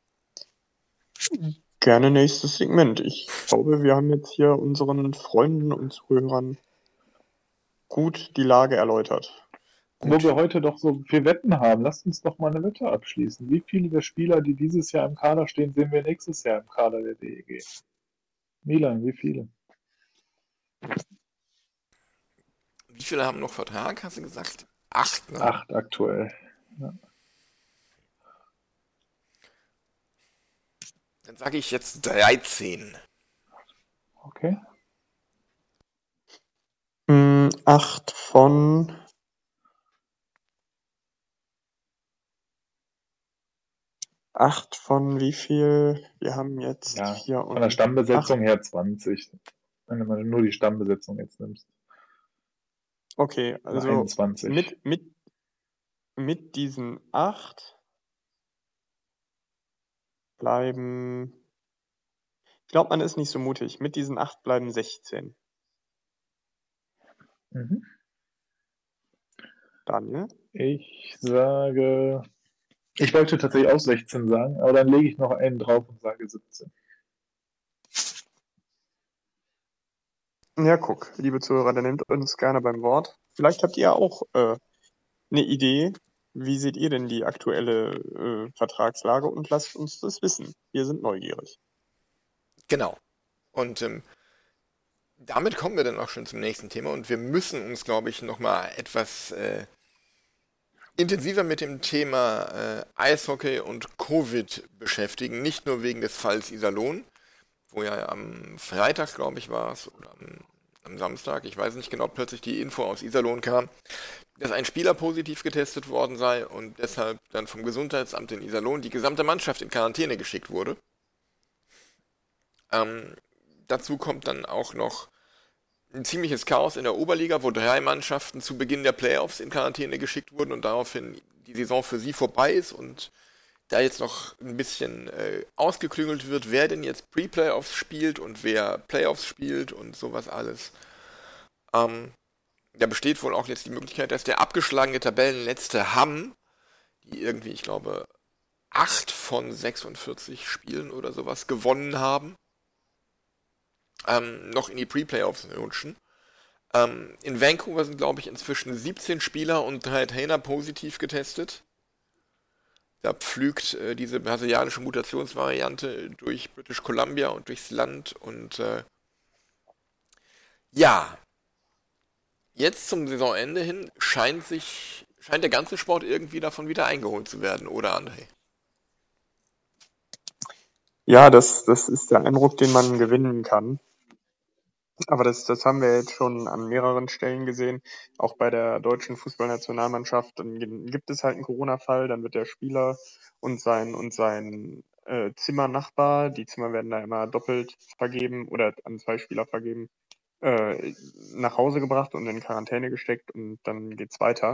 Gerne nächstes Segment. Ich glaube, wir haben jetzt hier unseren Freunden und Zuhörern gut die Lage erläutert. Wo wir heute doch so viel Wetten haben, lasst uns doch mal eine Wette abschließen. Wie viele der Spieler, die dieses Jahr im Kader stehen, sehen wir nächstes Jahr im Kader der D E G? Milan, wie viele? Wie viele haben noch Vertrag, hast du gesagt? Acht, ne? Acht aktuell. Ja. Dann sage ich jetzt dreizehn. Okay. Hm, acht von acht von wie viel? Wir haben jetzt Ja, vier von der und Stammbesetzung acht. her zwanzig. Wenn du mal nur die Stammbesetzung jetzt nimmst. Okay, Oder also einundzwanzig. mit, mit, mit diesen acht bleiben. Ich glaube, man ist nicht so mutig. Mit diesen acht bleiben sechzehn. Mhm. Daniel? Ich sage, ich wollte tatsächlich auch sechzehn sagen, aber dann lege ich noch einen drauf und sage siebzehn. Ja, guck, liebe Zuhörer, der nimmt uns gerne beim Wort. Vielleicht habt ihr auch äh, eine Idee. Wie seht ihr denn die aktuelle äh, Vertragslage? Und lasst uns das wissen. Wir sind neugierig. Genau. Und ähm, damit kommen wir dann auch schon zum nächsten Thema und wir müssen uns, glaube ich, nochmal etwas äh, intensiver mit dem Thema äh, Eishockey und Covid beschäftigen. Nicht nur wegen des Falls Iserlohn, wo ja am Freitag, glaube ich, war es, oder am, am Samstag, ich weiß nicht genau, plötzlich die Info aus Iserlohn kam, dass ein Spieler positiv getestet worden sei und deshalb dann vom Gesundheitsamt in Iserlohn die gesamte Mannschaft in Quarantäne geschickt wurde. Ähm, dazu kommt dann auch noch ein ziemliches Chaos in der Oberliga, wo drei Mannschaften zu Beginn der Playoffs in Quarantäne geschickt wurden und daraufhin die Saison für sie vorbei ist und da jetzt noch ein bisschen äh, ausgeklüngelt wird, wer denn jetzt Pre-Playoffs spielt und wer Playoffs spielt und sowas alles. Ähm, da besteht wohl auch jetzt die Möglichkeit, dass der abgeschlagene Tabellenletzte Hamm, die irgendwie, ich glaube, acht von sechsundvierzig Spielen oder sowas gewonnen haben, ähm, noch in die Pre-Playoffs rutschen. Ähm, in Vancouver sind, glaube ich, inzwischen siebzehn Spieler und drei Trainer positiv getestet. Da pflügt äh, diese brasilianische Mutationsvariante durch British Columbia und durchs Land. Und äh, ja, jetzt zum Saisonende hin scheint sich, scheint der ganze Sport irgendwie davon wieder eingeholt zu werden, oder André? Ja, das, das ist der Eindruck, den man gewinnen kann. Aber das, das haben wir jetzt schon an mehreren Stellen gesehen. Auch bei der deutschen Fußballnationalmannschaft. Dann gibt es halt einen Corona-Fall, dann wird der Spieler und sein und sein äh, Zimmernachbar, die Zimmer werden da immer doppelt vergeben oder an zwei Spieler vergeben, äh, nach Hause gebracht und in Quarantäne gesteckt und dann geht's weiter.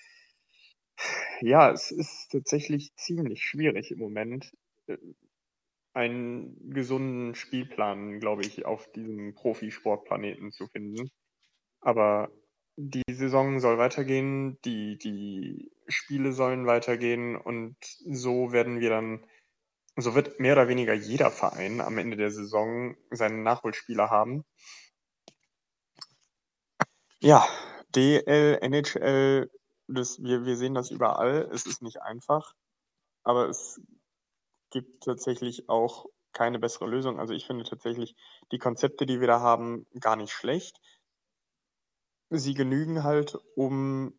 Ja, es ist tatsächlich ziemlich schwierig im Moment, äh, einen gesunden Spielplan, glaube ich, auf diesem Profisportplaneten zu finden. Aber die Saison soll weitergehen, die, die Spiele sollen weitergehen und so werden wir dann, so wird mehr oder weniger jeder Verein am Ende der Saison seinen Nachholspieler haben. Ja, D L, N H L, das, wir, wir sehen das überall. Es ist nicht einfach, aber es gibt tatsächlich auch keine bessere Lösung. Also ich finde tatsächlich die Konzepte, die wir da haben, gar nicht schlecht. Sie genügen halt, um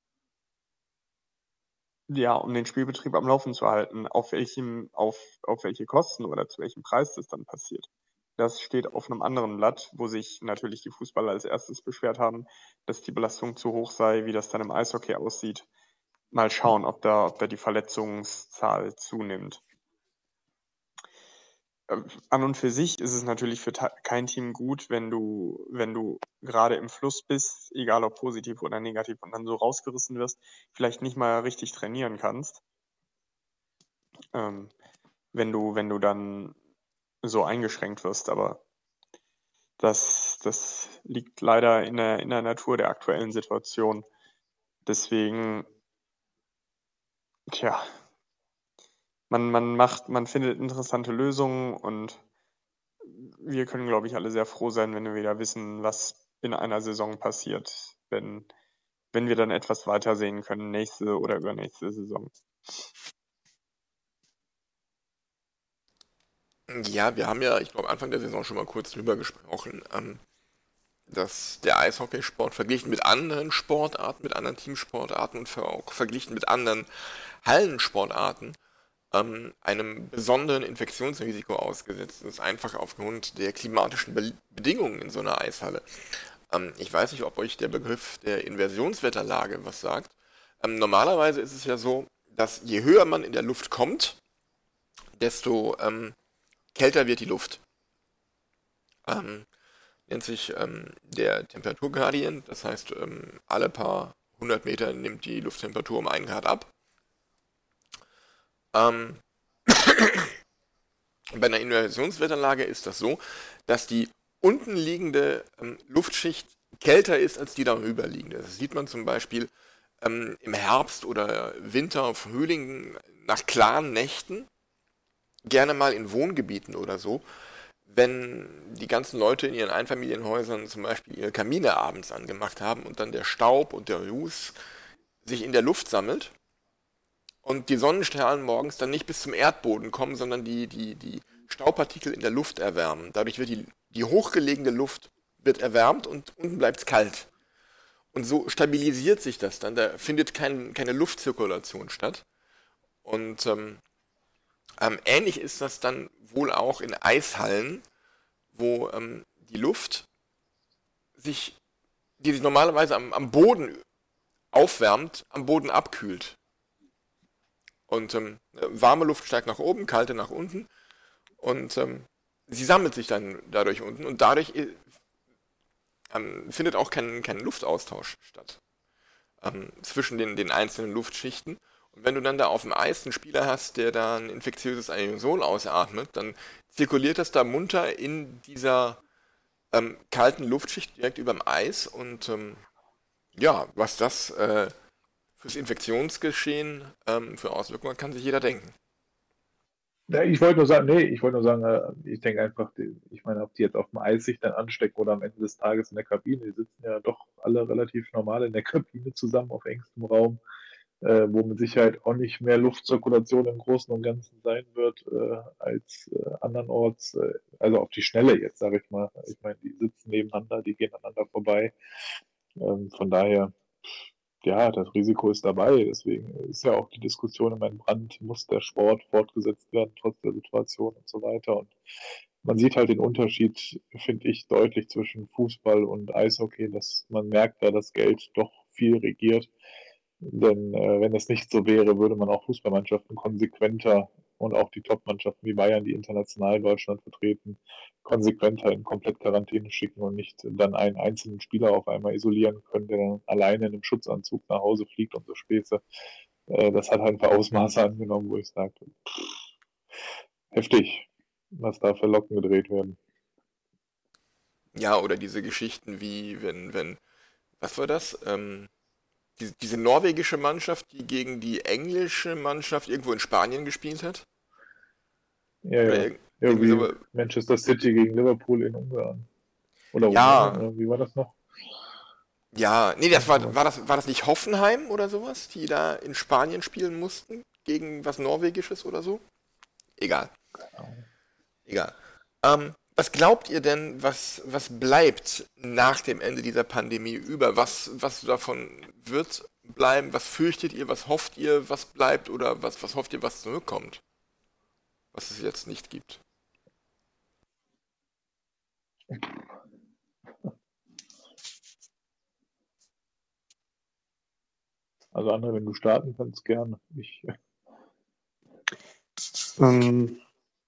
ja, um den Spielbetrieb am Laufen zu halten. Auf welchem, auf, auf welche Kosten oder zu welchem Preis das dann passiert. Das steht auf einem anderen Blatt, wo sich natürlich die Fußballer als erstes beschwert haben, dass die Belastung zu hoch sei, wie das dann im Eishockey aussieht. Mal schauen, ob da, ob da die Verletzungszahl zunimmt. An und für sich ist es natürlich für kein Team gut, wenn du, wenn du gerade im Fluss bist, egal ob positiv oder negativ, und dann so rausgerissen wirst, vielleicht nicht mal richtig trainieren kannst. Ähm, wenn du, wenn du dann so eingeschränkt wirst, aber das, das liegt leider in der, in der Natur der aktuellen Situation. Deswegen, tja, man, man macht, man findet interessante Lösungen und wir können, glaube ich, alle sehr froh sein, wenn wir wieder wissen, was in einer Saison passiert, wenn, wenn wir dann etwas weiter sehen können, nächste oder übernächste Saison. Ja, wir haben ja, ich glaube, Anfang der Saison schon mal kurz drüber gesprochen, ähm, dass der Eishockeysport verglichen mit anderen Sportarten, mit anderen Teamsportarten und auch verglichen mit anderen Hallensportarten ähm, einem besonderen Infektionsrisiko ausgesetzt ist, einfach aufgrund der klimatischen Be Bedingungen in so einer Eishalle. Ähm, ich weiß nicht, ob euch der Begriff der Inversionswetterlage was sagt. Ähm, normalerweise ist es ja so, dass je höher man in der Luft kommt, desto ähm, kälter wird die Luft. Ähm, nennt sich ähm, der Temperaturgradient. Das heißt, ähm, alle paar hundert Meter nimmt die Lufttemperatur um einen Grad ab. Ähm, bei einer Inversionswetterlage ist das so, dass die unten liegende ähm, Luftschicht kälter ist als die darüber liegende. Das sieht man zum Beispiel ähm, im Herbst oder Winter, Frühling nach klaren Nächten, gerne mal in Wohngebieten oder so, wenn die ganzen Leute in ihren Einfamilienhäusern zum Beispiel ihre Kamine abends angemacht haben und dann der Staub und der Ruß sich in der Luft sammelt und die Sonnenstrahlen morgens dann nicht bis zum Erdboden kommen, sondern die, die, die Staubpartikel in der Luft erwärmen. Dadurch wird die, die hochgelegene Luft wird erwärmt und unten bleibt es kalt. Und so stabilisiert sich das dann. Da findet kein, keine Luftzirkulation statt. Und ähm, ähm, ähnlich ist das dann wohl auch in Eishallen, wo ähm, die Luft sich, die sich normalerweise am, am Boden aufwärmt, am Boden abkühlt. Und ähm, warme Luft steigt nach oben, kalte nach unten. Und ähm, sie sammelt sich dann dadurch unten. Und dadurch äh, ähm, findet auch kein, kein Luftaustausch statt ähm, zwischen den, den einzelnen Luftschichten. Und wenn du dann da auf dem Eis einen Spieler hast, der da ein infektiöses Aerosol ausatmet, dann zirkuliert das da munter in dieser ähm, kalten Luftschicht direkt über dem Eis. Und ähm, ja, was das äh, fürs Infektionsgeschehen ähm, für Auswirkungen hat, kann sich jeder denken. Ja, ich wollte nur sagen, nee, ich wollte nur sagen, äh, ich denke einfach, die, ich meine, ob die jetzt auf dem Eis sich dann anstecken oder am Ende des Tages in der Kabine, die sitzen ja doch alle relativ normal in der Kabine zusammen auf engstem Raum, äh, wo mit Sicherheit auch nicht mehr Luftzirkulation im Großen und Ganzen sein wird äh, als äh, andernorts, äh, also auf die Schnelle jetzt, sage ich mal. Ich meine, die sitzen nebeneinander, die gehen aneinander vorbei. Ähm, von daher, ja, das Risiko ist dabei. Deswegen ist ja auch die Diskussion im Entbrand, muss der Sport fortgesetzt werden, trotz der Situation und so weiter. Und man sieht halt den Unterschied, finde ich, deutlich zwischen Fußball und Eishockey, dass man merkt, da das Geld doch viel regiert. Denn äh, wenn es nicht so wäre, würde man auch Fußballmannschaften konsequenter und auch die Top-Mannschaften wie Bayern, die international Deutschland vertreten, konsequenter in Komplettquarantäne schicken und nicht dann einen einzelnen Spieler auf einmal isolieren können, der dann alleine in einem Schutzanzug nach Hause fliegt und so Späße. Äh, das hat einfach Ausmaße angenommen, wo ich sage, heftig, was da für Locken gedreht werden. Ja, oder diese Geschichten wie, wenn, wenn, was war das? Ähm, diese, diese norwegische Mannschaft, die gegen die englische Mannschaft irgendwo in Spanien gespielt hat? Ja, Oder ja. irg- Ja, irgendwie wie so. Manchester City gegen Liverpool in Ungarn. Oder Ja, Rumänien, oder wie war das noch? ja, nee, das war, Sowas. war das, war das nicht Hoffenheim oder sowas, die da in Spanien spielen mussten? Gegen was Norwegisches oder so? Egal, egal. Ähm, was glaubt ihr denn, was, was bleibt nach dem Ende dieser Pandemie über? Was, was davon wird bleiben? Was fürchtet ihr? Was hofft ihr, was bleibt? Oder was, was hofft ihr, was zurückkommt? Was es jetzt nicht gibt? Also André, wenn du starten kannst, gerne. Ich, Ähm,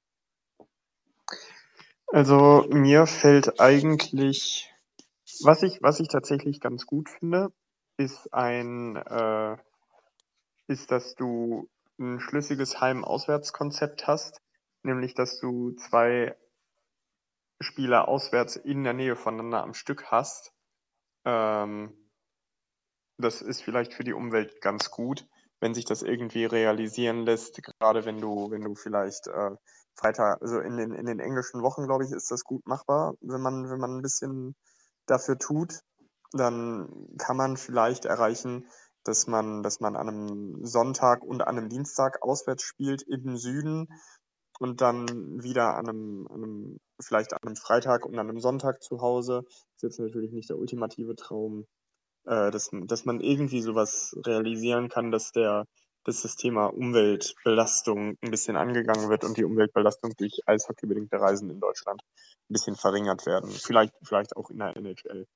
also mir fällt eigentlich, was ich, was ich tatsächlich ganz gut finde, ist ein, äh, ist, dass du ein schlüssiges Heim-Auswärts-Konzept hast, nämlich dass du zwei Spieler auswärts in der Nähe voneinander am Stück hast. Ähm, das ist vielleicht für die Umwelt ganz gut, wenn sich das irgendwie realisieren lässt, gerade wenn du, wenn du vielleicht äh, Freitag, also in den, in den englischen Wochen, glaube ich, ist das gut machbar, wenn man, wenn man ein bisschen dafür tut, dann kann man vielleicht erreichen, dass man, dass man an einem Sonntag und an einem Dienstag auswärts spielt im Süden und dann wieder an einem, an einem, vielleicht an einem Freitag und an einem Sonntag zu Hause. Das ist jetzt natürlich nicht der ultimative Traum, äh, dass, dass man irgendwie sowas realisieren kann, dass der, dass das Thema Umweltbelastung ein bisschen angegangen wird und die Umweltbelastung durch eishockeybedingte Reisen in Deutschland ein bisschen verringert werden. Vielleicht, vielleicht auch in der N H L.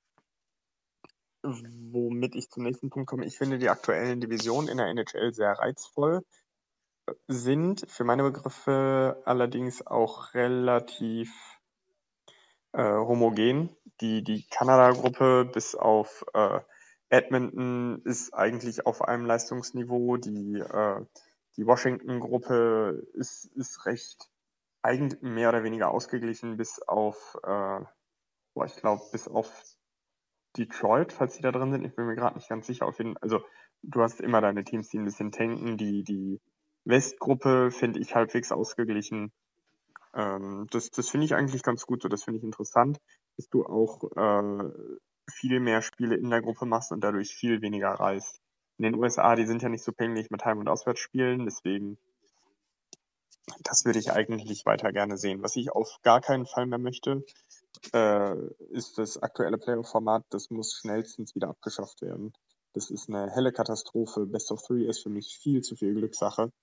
Womit ich zum nächsten Punkt komme. Ich finde die aktuellen Divisionen in der N H L sehr reizvoll. sind für meine Begriffe allerdings auch relativ äh, homogen. Die, die Kanada-Gruppe bis auf äh, Edmonton ist eigentlich auf einem Leistungsniveau. Die, äh, die Washington-Gruppe ist, ist recht eigentlich mehr oder weniger ausgeglichen bis auf, äh, boah, ich glaube, bis auf Detroit, falls die da drin sind. Ich bin mir gerade nicht ganz sicher. Auf jeden, also du hast immer deine Teams, die ein bisschen tanken. Die, die Westgruppe finde ich halbwegs ausgeglichen. Ähm, das das finde ich eigentlich ganz gut so. Das finde ich interessant, dass du auch äh, viel mehr Spiele in der Gruppe machst und dadurch viel weniger reist. In den U S A, die sind ja nicht so pingelig mit Heim- und Auswärtsspielen, deswegen, das würde ich eigentlich weiter gerne sehen. Was ich auf gar keinen Fall mehr möchte, äh, ist das aktuelle Playoff-Format. Das muss schnellstens wieder abgeschafft werden. Das ist eine helle Katastrophe. Best of Three ist für mich viel zu viel Glückssache.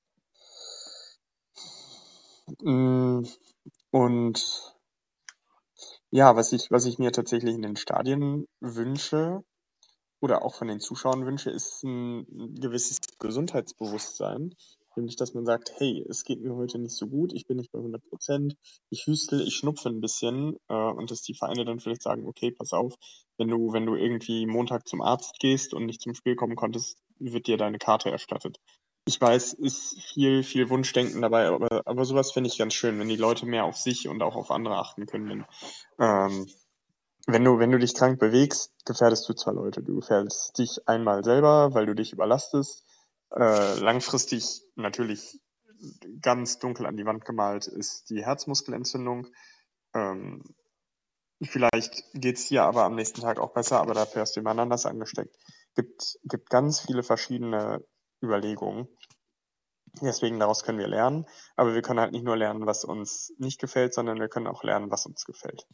Mm, Und ja, was ich, was ich mir tatsächlich in den Stadien wünsche oder auch von den Zuschauern wünsche, ist ein, ein gewisses Gesundheitsbewusstsein. Nämlich, dass man sagt, hey, es geht mir heute nicht so gut, ich bin nicht bei hundert Prozent, ich hüstel, ich schnupfe ein bisschen äh, und dass die Vereine dann vielleicht sagen, okay, pass auf, wenn du, wenn du irgendwie Montag zum Arzt gehst und nicht zum Spiel kommen konntest, wird dir deine Karte erstattet. Ich weiß, ist viel, viel Wunschdenken dabei, aber, aber sowas finde ich ganz schön, wenn die Leute mehr auf sich und auch auf andere achten können. Denn, ähm, wenn du, wenn du dich krank bewegst, gefährdest du zwei Leute. Du gefährdest dich einmal selber, weil du dich überlastest. Äh, langfristig natürlich ganz dunkel an die Wand gemalt ist die Herzmuskelentzündung. Ähm, vielleicht geht's dir aber am nächsten Tag auch besser, aber dafür hast du jemand anders angesteckt. Gibt, gibt ganz viele verschiedene Überlegungen. Deswegen daraus können wir lernen. Aber wir können halt nicht nur lernen, was uns nicht gefällt, sondern wir können auch lernen, was uns gefällt.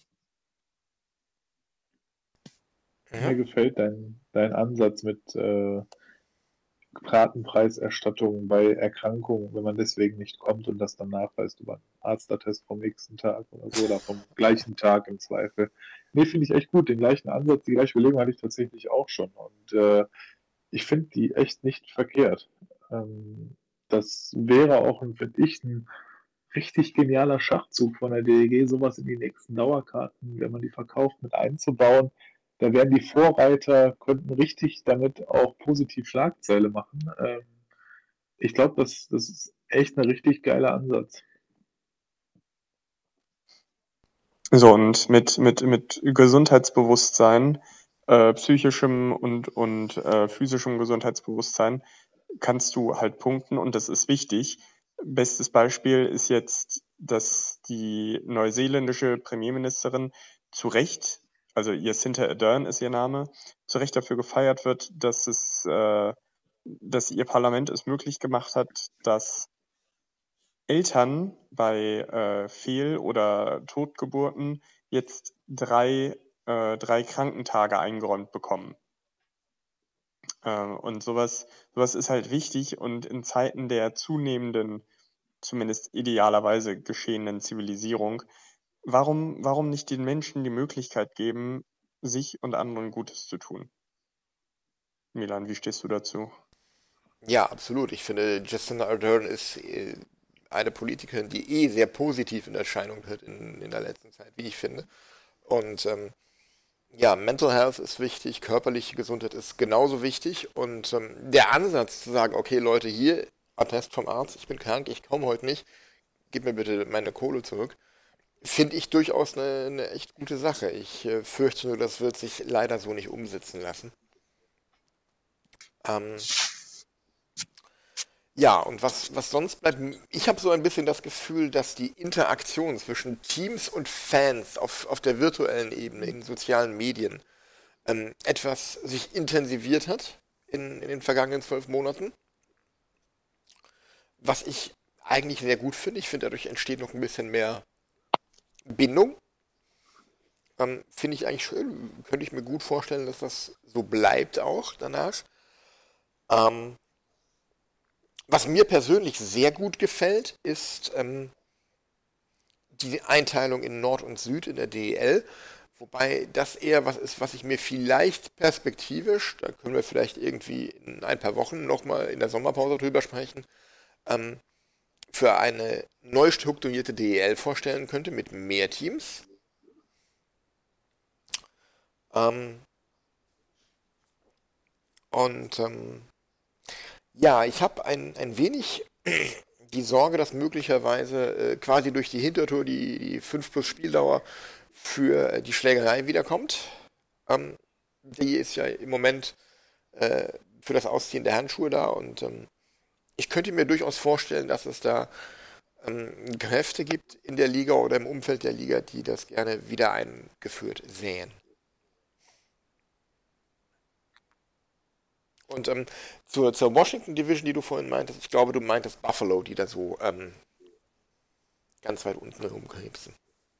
Mir gefällt dein, dein Ansatz mit äh, Ratenpreiserstattung bei Erkrankungen, wenn man deswegen nicht kommt und das dann nachweist über einen Arztattest vom nächsten Tag oder so oder vom gleichen Tag im Zweifel. Nee, finde ich echt gut. Den gleichen Ansatz, die gleiche Überlegung hatte ich tatsächlich auch schon. Und äh, ich finde die echt nicht verkehrt. Ähm, das wäre auch, finde ich, ein richtig genialer Schachzug von der D E G, sowas in die nächsten Dauerkarten, wenn man die verkauft, mit einzubauen. Da wären die Vorreiter, könnten richtig damit auch positiv Schlagzeile machen. Ähm, ich glaube, das, das ist echt ein richtig geiler Ansatz. So, und mit, mit, mit Gesundheitsbewusstsein, äh, psychischem und, und äh, physischem Gesundheitsbewusstsein kannst du halt punkten und das ist wichtig. Bestes Beispiel ist jetzt, dass die neuseeländische Premierministerin zu Recht, also Jacinda Ardern ist ihr Name, zu Recht dafür gefeiert wird, dass es, äh, dass ihr Parlament es möglich gemacht hat, dass Eltern bei äh, Fehl- oder Totgeburten jetzt drei, äh, drei Krankentage eingeräumt bekommen. Äh, und sowas, sowas ist halt wichtig und in Zeiten der zunehmenden, zumindest idealerweise geschehenen Zivilisierung, warum, warum nicht den Menschen die Möglichkeit geben, sich und anderen Gutes zu tun? Milan, wie stehst du dazu? Ja, absolut. Ich finde, Jacinda Ardern ist äh, eine Politikerin, die eh sehr positiv in Erscheinung tritt in, in der letzten Zeit, wie ich finde. Und ähm, ja, Mental Health ist wichtig, körperliche Gesundheit ist genauso wichtig. Und ähm, der Ansatz zu sagen, okay Leute, hier, Attest vom Arzt, ich bin krank, ich komme heute nicht, gib mir bitte meine Kohle zurück, finde ich durchaus eine, eine echt gute Sache. Ich äh, fürchte nur, das wird sich leider so nicht umsetzen lassen. Ähm, Ja, und was, was sonst bleibt, ich habe so ein bisschen das Gefühl, dass die Interaktion zwischen Teams und Fans auf, auf der virtuellen Ebene, in sozialen Medien, ähm, etwas sich intensiviert hat in, in den vergangenen zwölf Monaten, was ich eigentlich sehr gut finde. Ich finde, dadurch entsteht noch ein bisschen mehr Bindung. Ähm, finde ich eigentlich schön, könnte ich mir gut vorstellen, dass das so bleibt auch danach. Ähm, Was mir persönlich sehr gut gefällt, ist ähm, die Einteilung in Nord und Süd in der D E L. Wobei das eher was ist, was ich mir vielleicht perspektivisch, da können wir vielleicht irgendwie in ein paar Wochen nochmal in der Sommerpause drüber sprechen, ähm, für eine neu strukturierte D E L vorstellen könnte mit mehr Teams. Ähm, und ähm, ja, ich habe ein, ein wenig die Sorge, dass möglicherweise äh, quasi durch die Hintertür die, die fünf plus Spieldauer für äh, die Schlägerei wiederkommt. Ähm, die ist ja im Moment äh, für das Ausziehen der Handschuhe da und ähm, ich könnte mir durchaus vorstellen, dass es da ähm, Kräfte gibt in der Liga oder im Umfeld der Liga, die das gerne wieder eingeführt sehen. Und ähm, zur, zur Washington Division, die du vorhin meintest, ich glaube, du meintest Buffalo, die da so ähm, ganz weit unten rumkrebsen.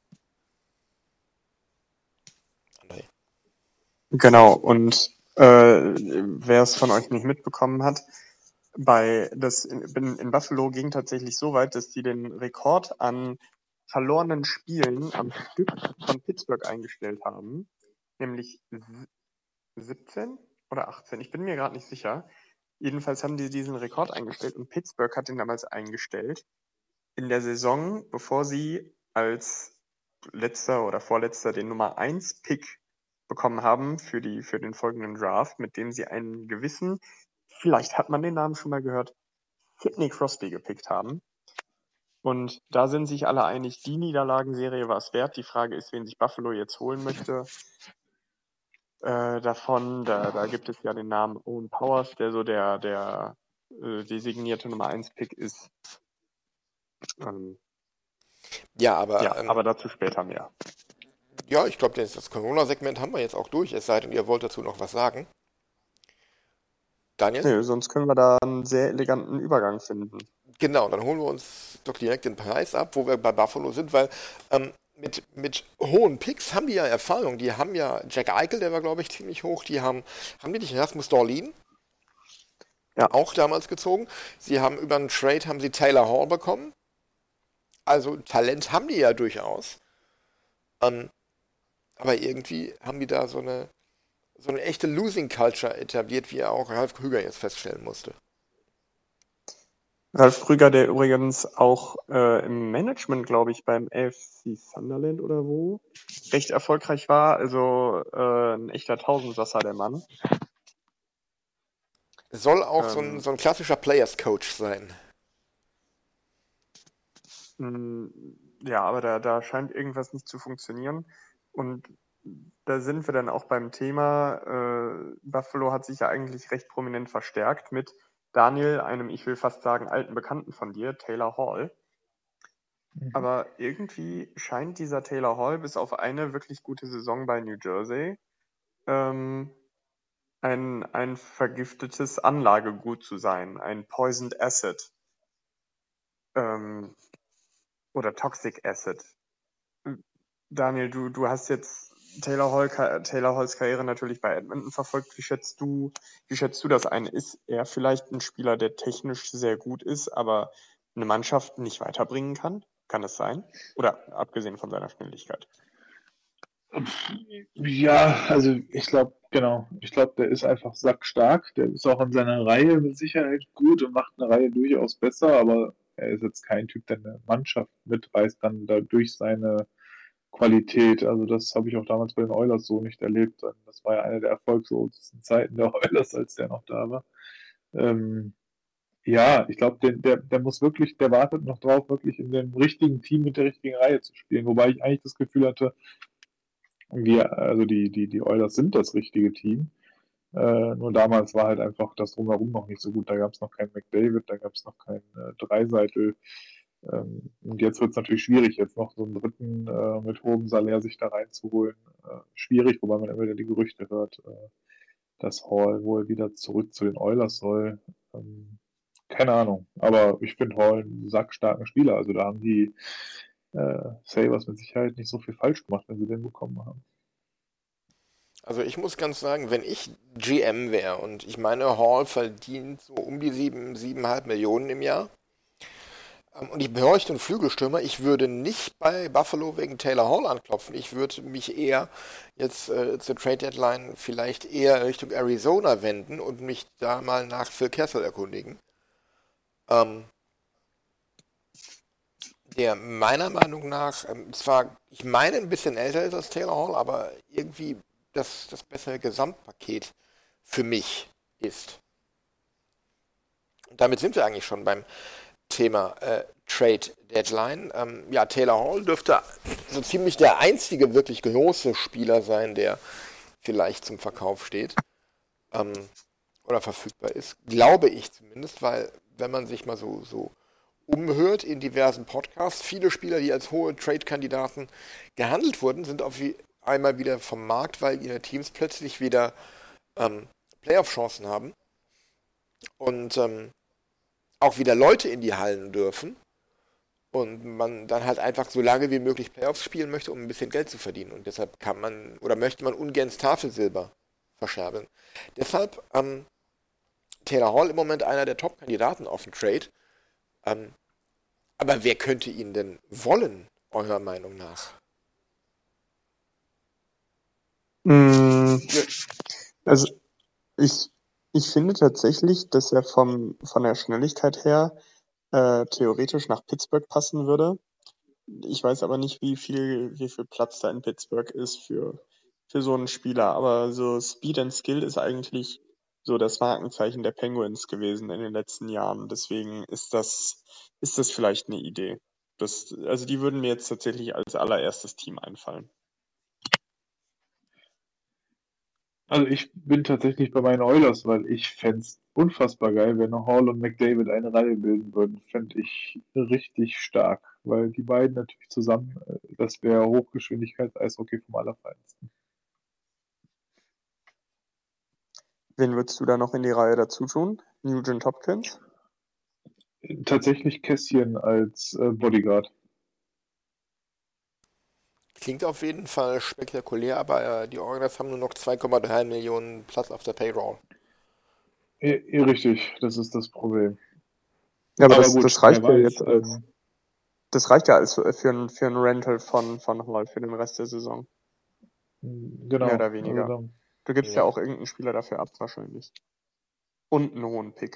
André. Genau, und äh, wer es von euch nicht mitbekommen hat, bei das in, in in Buffalo ging tatsächlich so weit, dass die den Rekord an verlorenen Spielen am Stück von Pittsburgh eingestellt haben, nämlich s- siebzehn oder achtzehn, ich bin mir gerade nicht sicher. Jedenfalls haben die diesen Rekord eingestellt und Pittsburgh hat ihn damals eingestellt in der Saison, bevor sie als letzter oder vorletzter den Nummer eins Pick bekommen haben für die für den folgenden Draft, mit dem sie einen gewissen, vielleicht hat man den Namen schon mal gehört, Sidney Crosby gepickt haben. Und da sind sich alle einig, die Niederlagenserie war es wert. Die Frage ist, wen sich Buffalo jetzt holen möchte. Äh, davon, da, da gibt es ja den Namen Owen Powers, der so der, der äh, designierte Nummer eins Pick ist. Ähm, Ja, aber ja, ähm, aber dazu später mehr. ja, ich glaube, das, das Corona-Segment haben wir jetzt auch durch, es sei denn, ihr wollt dazu noch was sagen. Daniel? Nö, sonst können wir da einen sehr eleganten Übergang finden. Genau, dann holen wir uns doch direkt den Preis ab, wo wir bei Buffalo sind, weil ähm, mit, mit hohen Picks haben die ja Erfahrung. Die haben ja Jack Eichel, der war, glaube ich, ziemlich hoch. Die haben, haben die nicht Rasmus Dahlin Ja, auch damals gezogen. Sie haben über einen Trade haben sie Taylor Hall bekommen. Also Talent haben die ja durchaus. Ähm, aber irgendwie haben die da so eine, so eine echte Losing Culture etabliert, wie auch Ralf Krüger jetzt feststellen musste. Ralf Krüger, der übrigens auch äh, im Management, glaube ich, beim A F C Sunderland oder wo, recht erfolgreich war. Also äh, ein echter Tausendsasser, der Mann. Soll auch so ein, Ähm, so ein klassischer Players Coach sein. mh, ja, aber da, da scheint irgendwas nicht zu funktionieren. Und da sind wir dann auch beim Thema. Äh, Buffalo hat sich ja eigentlich recht prominent verstärkt mit Daniel, einem, ich will fast sagen, alten Bekannten von dir, Taylor Hall. Mhm. Aber irgendwie scheint dieser Taylor Hall bis auf eine wirklich gute Saison bei New Jersey ähm, ein, ein vergiftetes Anlagegut zu sein, ein Poisoned Asset ähm, oder Toxic Asset. Daniel, du, du hast jetzt Taylor, Hall, Taylor Halls Karriere natürlich bei Edmonton verfolgt. Wie schätzt du, wie schätzt du das ein? Ist er vielleicht ein Spieler, der technisch sehr gut ist, aber eine Mannschaft nicht weiterbringen kann? Kann das sein? Oder abgesehen von seiner Schnelligkeit? Ja, also ich glaube, genau, ich glaube, der ist einfach sackstark. Der ist auch in seiner Reihe mit Sicherheit gut und macht eine Reihe durchaus besser, aber er ist jetzt kein Typ, der eine Mannschaft mitreißt, dann dadurch seine Qualität. Also das habe ich auch damals bei den Oilers so nicht erlebt. Das war ja eine der erfolglosesten Zeiten der Oilers, als der noch da war. Ähm, ja, ich glaube, der, der, der muss wirklich, der wartet noch drauf, wirklich in dem richtigen Team mit der richtigen Reihe zu spielen. Wobei ich eigentlich das Gefühl hatte, wir, also die, die, die Oilers sind das richtige Team. Äh, nur damals war halt einfach das Drumherum noch nicht so gut. Da gab es noch keinen McDavid, da gab es noch keinen äh, Dreiseitel. Ähm, und jetzt wird es natürlich schwierig, jetzt noch so einen dritten äh, mit hohem Salär sich da reinzuholen. Äh, schwierig, wobei man immer wieder die Gerüchte hört, äh, dass Hall wohl wieder zurück zu den Oilers soll. Ähm, keine Ahnung. Aber ich finde Hall einen sackstarken Spieler. Also da haben die äh, Sabres mit Sicherheit nicht so viel falsch gemacht, wenn sie den bekommen haben. Also ich muss ganz sagen, wenn ich G M wäre und ich meine, Hall verdient so um die sieben, siebeneinhalb Millionen im Jahr ähm, und ich bräuchte einen Flügelstürmer, ich würde nicht bei Buffalo wegen Taylor Hall anklopfen. Ich würde mich eher jetzt äh, zur Trade Deadline vielleicht eher Richtung Arizona wenden und mich da mal nach Phil Kessel erkundigen. Ähm, der meiner Meinung nach ähm, zwar, ich meine, ein bisschen älter ist als Taylor Hall, aber irgendwie das, das bessere Gesamtpaket für mich ist. Und damit sind wir eigentlich schon beim Thema äh, Trade Deadline. Ähm, ja, Taylor Hall dürfte so ziemlich der einzige wirklich große Spieler sein, der vielleicht zum Verkauf steht ähm, oder verfügbar ist. Glaube ich zumindest, weil wenn man sich mal so, so umhört in diversen Podcasts, viele Spieler, die als hohe Trade-Kandidaten gehandelt wurden, sind auf wie einmal wieder vom Markt, weil ihre Teams plötzlich wieder ähm, Playoff-Chancen haben und ähm, auch wieder Leute in die Hallen dürfen und man dann halt einfach so lange wie möglich Playoffs spielen möchte, um ein bisschen Geld zu verdienen. Und deshalb kann man oder möchte man ungern das Tafelsilber verscherbeln. Deshalb ähm, Taylor Hall im Moment einer der Top-Kandidaten auf den Trade. Ähm, aber wer könnte ihn denn wollen, eurer Meinung nach? Mm, Also ich, ich finde tatsächlich, dass er vom, von der Schnelligkeit her äh, theoretisch nach Pittsburgh passen würde. Ich weiß aber nicht, wie viel, wie viel Platz da in Pittsburgh ist für, für so einen Spieler. Aber so Speed and Skill ist eigentlich so das Markenzeichen der Penguins gewesen in den letzten Jahren. Deswegen ist das, ist das vielleicht eine Idee. Das, also die würden mir jetzt tatsächlich als allererstes Team einfallen. Also ich bin tatsächlich bei meinen Oilers, weil ich fände es unfassbar geil, wenn Hall und McDavid eine Reihe bilden würden. Fände ich richtig stark, weil die beiden natürlich zusammen, äh, das wäre Hochgeschwindigkeits-Eishockey vom Allerfeinsten. Wen würdest du da noch in die Reihe dazu tun? Nugent Hopkins? Tatsächlich Kässchen als äh, Bodyguard. Klingt auf jeden Fall spektakulär, aber äh, die Oilers haben nur noch zwei Komma drei Millionen Platz auf der Payroll. Eh, eh, richtig, das ist das Problem. Ja, aber Aber das, gut, das reicht wer ja weiß. jetzt als, Ähm, das reicht ja als für ein, für ein Rental von, von Hall für den Rest der Saison. Mehr genau, oder also weniger. dann, Du gibst ja Ja. auch irgendeinen Spieler dafür ab, wahrscheinlich. Und einen hohen Pick.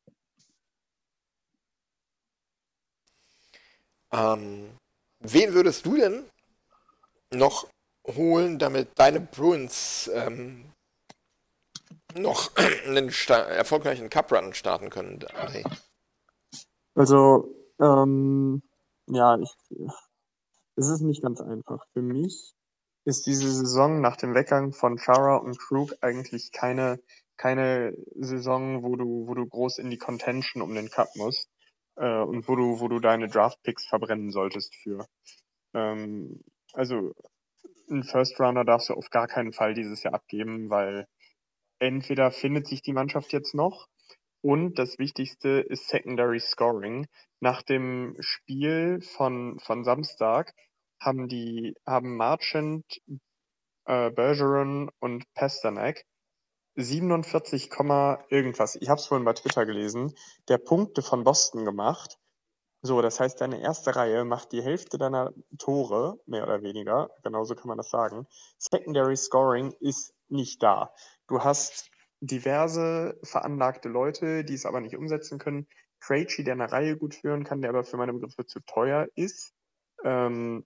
Ähm, wen würdest du denn noch holen, damit deine Bruins ähm, noch einen sta- erfolgreichen Cup-Run starten können, André? Also, ähm, ja, ich, es ist nicht ganz einfach. Für mich ist diese Saison nach dem Weggang von Chara und Krug eigentlich keine, keine Saison, wo du, wo du groß in die Contention um den Cup musst äh, und wo du, wo du deine Draft-Picks verbrennen solltest für. Ähm, also einen First Rounder darfst du auf gar keinen Fall dieses Jahr abgeben, weil entweder findet sich die Mannschaft jetzt noch und das Wichtigste ist Secondary Scoring. Nach dem Spiel von, von Samstag haben die, haben Marchand, äh, Bergeron und Pasternak siebenundvierzig, irgendwas, ich habe es vorhin bei Twitter gelesen, der Punkte von Boston gemacht. So, das heißt, deine erste Reihe macht die Hälfte deiner Tore, mehr oder weniger, genauso kann man das sagen. Secondary Scoring ist nicht da. Du hast diverse veranlagte Leute, die es aber nicht umsetzen können. Krejci, der eine Reihe gut führen kann, der aber für meine Begriffe zu teuer ist. Ähm,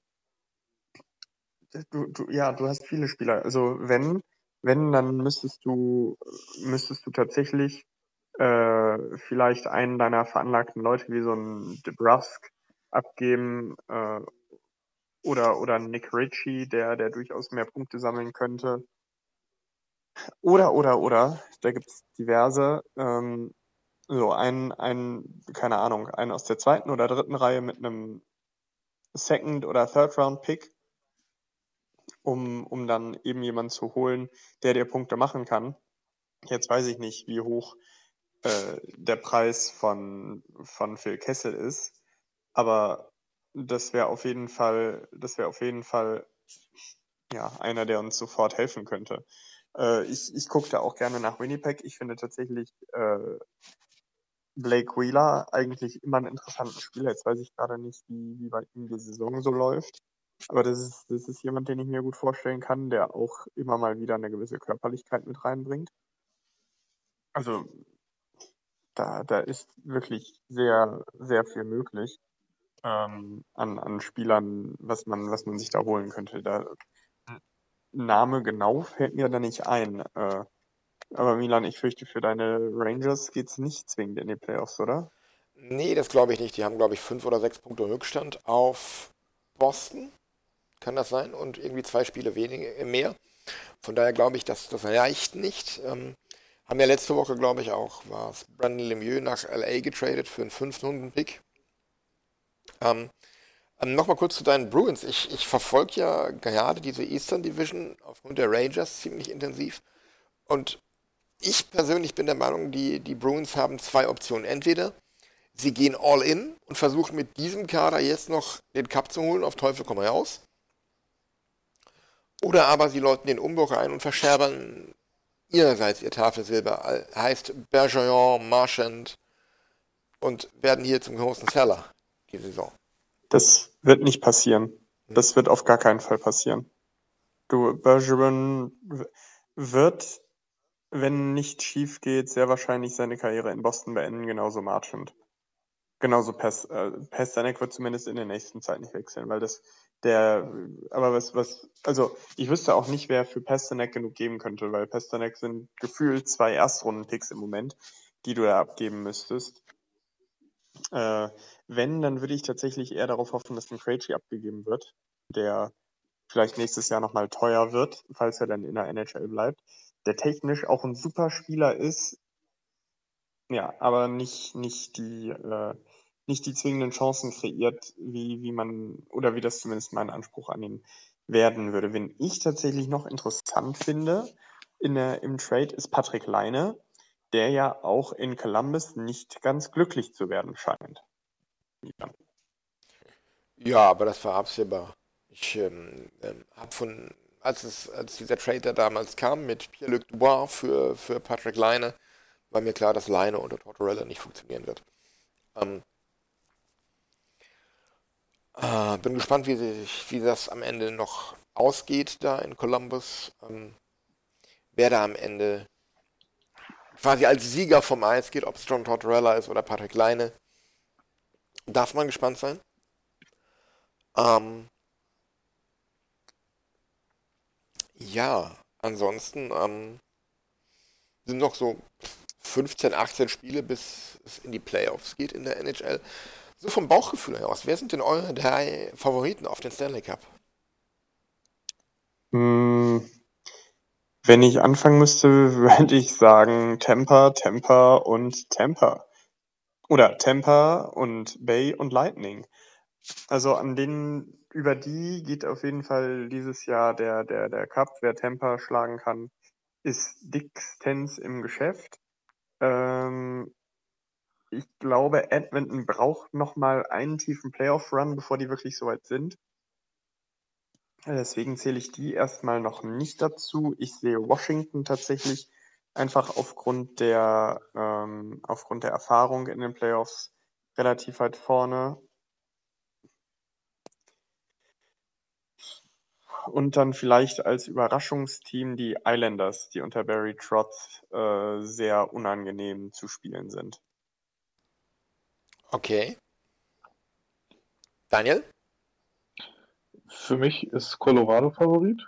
du, du, ja, du hast viele Spieler. Also wenn, wenn, dann müsstest du, müsstest du tatsächlich äh, vielleicht einen deiner veranlagten Leute wie so ein DeBrusk abgeben äh, oder, oder Nick Ritchie, der, der durchaus mehr Punkte sammeln könnte. Oder, oder, oder, da gibt es diverse, ähm, so ein, ein, keine Ahnung, einen aus der zweiten oder dritten Reihe mit einem Second- oder Third-Round-Pick, um, um dann eben jemanden zu holen, der dir Punkte machen kann. Jetzt weiß ich nicht, wie hoch äh, der Preis von, von Phil Kessel ist, aber das wäre auf jeden Fall, das wäre auf jeden Fall ja, einer, der uns sofort helfen könnte. Äh, ich ich gucke da auch gerne nach Winnipeg. Ich finde tatsächlich äh, Blake Wheeler eigentlich immer einen interessanten Spieler. Jetzt weiß ich gerade nicht, wie, wie bei ihm die Saison so läuft. Aber das ist, das ist jemand, den ich mir gut vorstellen kann, der auch immer mal wieder eine gewisse Körperlichkeit mit reinbringt. Also da, da ist wirklich sehr, sehr viel möglich. ähm, an, an Spielern, was man, was man sich da holen könnte. Da, Name genau fällt mir da nicht ein. Äh, aber Milan, ich fürchte, für deine Rangers geht's nicht zwingend in die Playoffs, oder? Nee, das glaube ich nicht. Die haben, glaube ich, fünf oder sechs Punkte Rückstand auf Boston. Kann das sein? Und irgendwie zwei Spiele weniger, mehr. Von daher glaube ich, dass das reicht nicht. Ähm, haben ja letzte Woche, glaube ich, auch, war es Brandon Lemieux nach L A getradet für einen fünften-Runden-Pick. Ähm, ähm, Nochmal kurz zu deinen Bruins. Ich, ich verfolge ja gerade diese Eastern Division aufgrund der Rangers ziemlich intensiv. Und ich persönlich bin der Meinung, die, die Bruins haben zwei Optionen. Entweder sie gehen all in und versuchen mit diesem Kader jetzt noch den Cup zu holen, auf Teufel komm raus. Oder aber sie läuten den Umbruch ein und verscherbern ihrerseits ihr Tafelsilber. All- Heißt Bergeron, Marchand und werden hier zum großen Seller die Saison. Das wird nicht passieren. Das wird auf gar keinen Fall passieren. Du, Bergeron w- wird, wenn nicht schief geht, sehr wahrscheinlich seine Karriere in Boston beenden, genauso Marchand. Genauso Pes, äh, Pasternak wird zumindest in der nächsten Zeit nicht wechseln, weil das der, aber was, was, also ich wüsste auch nicht, wer für Pasternak genug geben könnte, weil Pasternak sind gefühlt zwei Erstrunden-Picks im Moment, die du da abgeben müsstest. Äh, wenn, dann würde ich tatsächlich eher darauf hoffen, dass ein Krejci abgegeben wird, der vielleicht nächstes Jahr nochmal teuer wird, falls er dann in der N H L bleibt, der technisch auch ein super Spieler ist, ja, aber nicht, nicht die, äh, nicht die zwingenden Chancen kreiert, wie, wie man, oder wie das zumindest mein Anspruch an ihn werden würde. Wen ich tatsächlich noch interessant finde in der, im Trade ist Patrick Laine, der ja auch in Columbus nicht ganz glücklich zu werden scheint. Ja. Ja, aber das war absehbar. Ich ähm, ähm, habe von, als es, als dieser Trade da damals kam mit Pierre-Luc Dubois für, für Patrick Laine, war mir klar, dass Laine unter Tortorella nicht funktionieren wird. Ähm, äh, bin gespannt, wie, sich, wie das am Ende noch ausgeht da in Columbus. Ähm, wer da am Ende quasi als Sieger vom Eis geht, ob es John Tortorella ist oder Patrick Laine, darf man gespannt sein. Ähm, ja, ansonsten ähm, sind noch so fünfzehn, achtzehn Spiele, bis es in die Playoffs geht in der N H L. So vom Bauchgefühl heraus, wer sind denn eure drei Favoriten auf den Stanley Cup? Hm, wenn ich anfangen müsste, würde ich sagen Tampa, Tampa und Tampa. Oder Tampa und Bay und Lightning. Also an denen, über die geht auf jeden Fall dieses Jahr der, der, der Cup. Wer Tampa schlagen kann, ist dickstens im Geschäft. Ähm, ich glaube, Edmonton braucht nochmal einen tiefen Playoff-Run, bevor die wirklich soweit sind. Deswegen zähle ich die erstmal noch nicht dazu. Ich sehe Washington tatsächlich einfach aufgrund der, ähm, aufgrund der Erfahrung in den Playoffs relativ weit vorne. Und dann vielleicht als Überraschungsteam die Islanders, die unter Barry Trotz äh, sehr unangenehm zu spielen sind. Okay. Daniel? Für mich ist Colorado Favorit.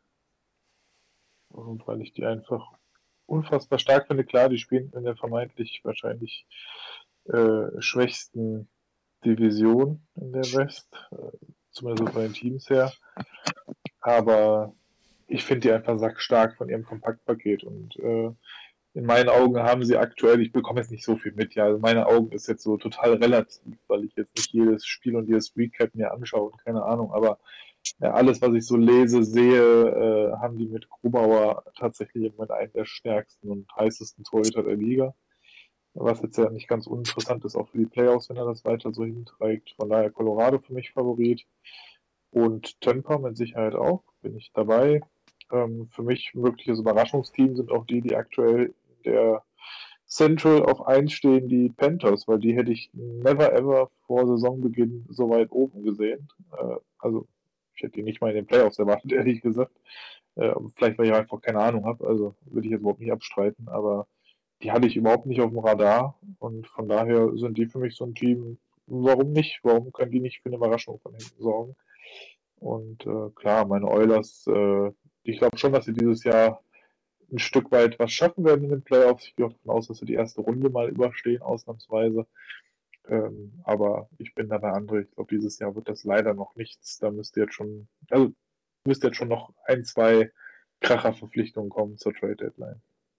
Und weil ich die einfach unfassbar stark finde. Klar, die spielen in der vermeintlich wahrscheinlich äh, schwächsten Division in der West, äh, zumindest so von den Teams her. Aber ich finde die einfach sackstark von ihrem Kompaktpaket und äh, in meinen Augen haben sie aktuell, ich bekomme jetzt nicht so viel mit, ja, also meine Augen ist jetzt so total relativ, weil ich jetzt nicht jedes Spiel und jedes Recap mir anschaue und keine Ahnung, aber ja, alles, was ich so lese, sehe, äh, haben die mit Grubauer tatsächlich im Moment einen der stärksten und heißesten Torhüter der Liga. Was jetzt ja nicht ganz uninteressant ist, auch für die Playoffs, wenn er das weiter so hinträgt. Von daher Colorado für mich Favorit. Und Tampa mit Sicherheit auch, bin ich dabei. Ähm, für mich ein mögliches Überraschungsteam sind auch die, die aktuell in der Central auf eins stehen, die Panthers, weil die hätte ich never ever vor Saisonbeginn so weit oben gesehen. Äh, also ich hätte die nicht mal in den Playoffs erwartet, ehrlich gesagt. Äh, vielleicht, weil ich einfach keine Ahnung habe, also würde ich jetzt überhaupt nicht abstreiten, aber die hatte ich überhaupt nicht auf dem Radar und von daher sind die für mich so ein Team, warum nicht? Warum können die nicht für eine Überraschung von hinten sorgen? Und äh, klar, meine Oilers, äh, ich glaube schon, dass sie dieses Jahr ein Stück weit was schaffen werden in den Playoffs. Ich gehe auch davon aus, dass sie die erste Runde mal überstehen, ausnahmsweise. Ähm, aber ich bin da bei André. Ich glaube, dieses Jahr wird das leider noch nichts. Da müsste jetzt schon, also müsste jetzt schon noch ein, zwei Kracherverpflichtungen kommen zur Trade Deadline.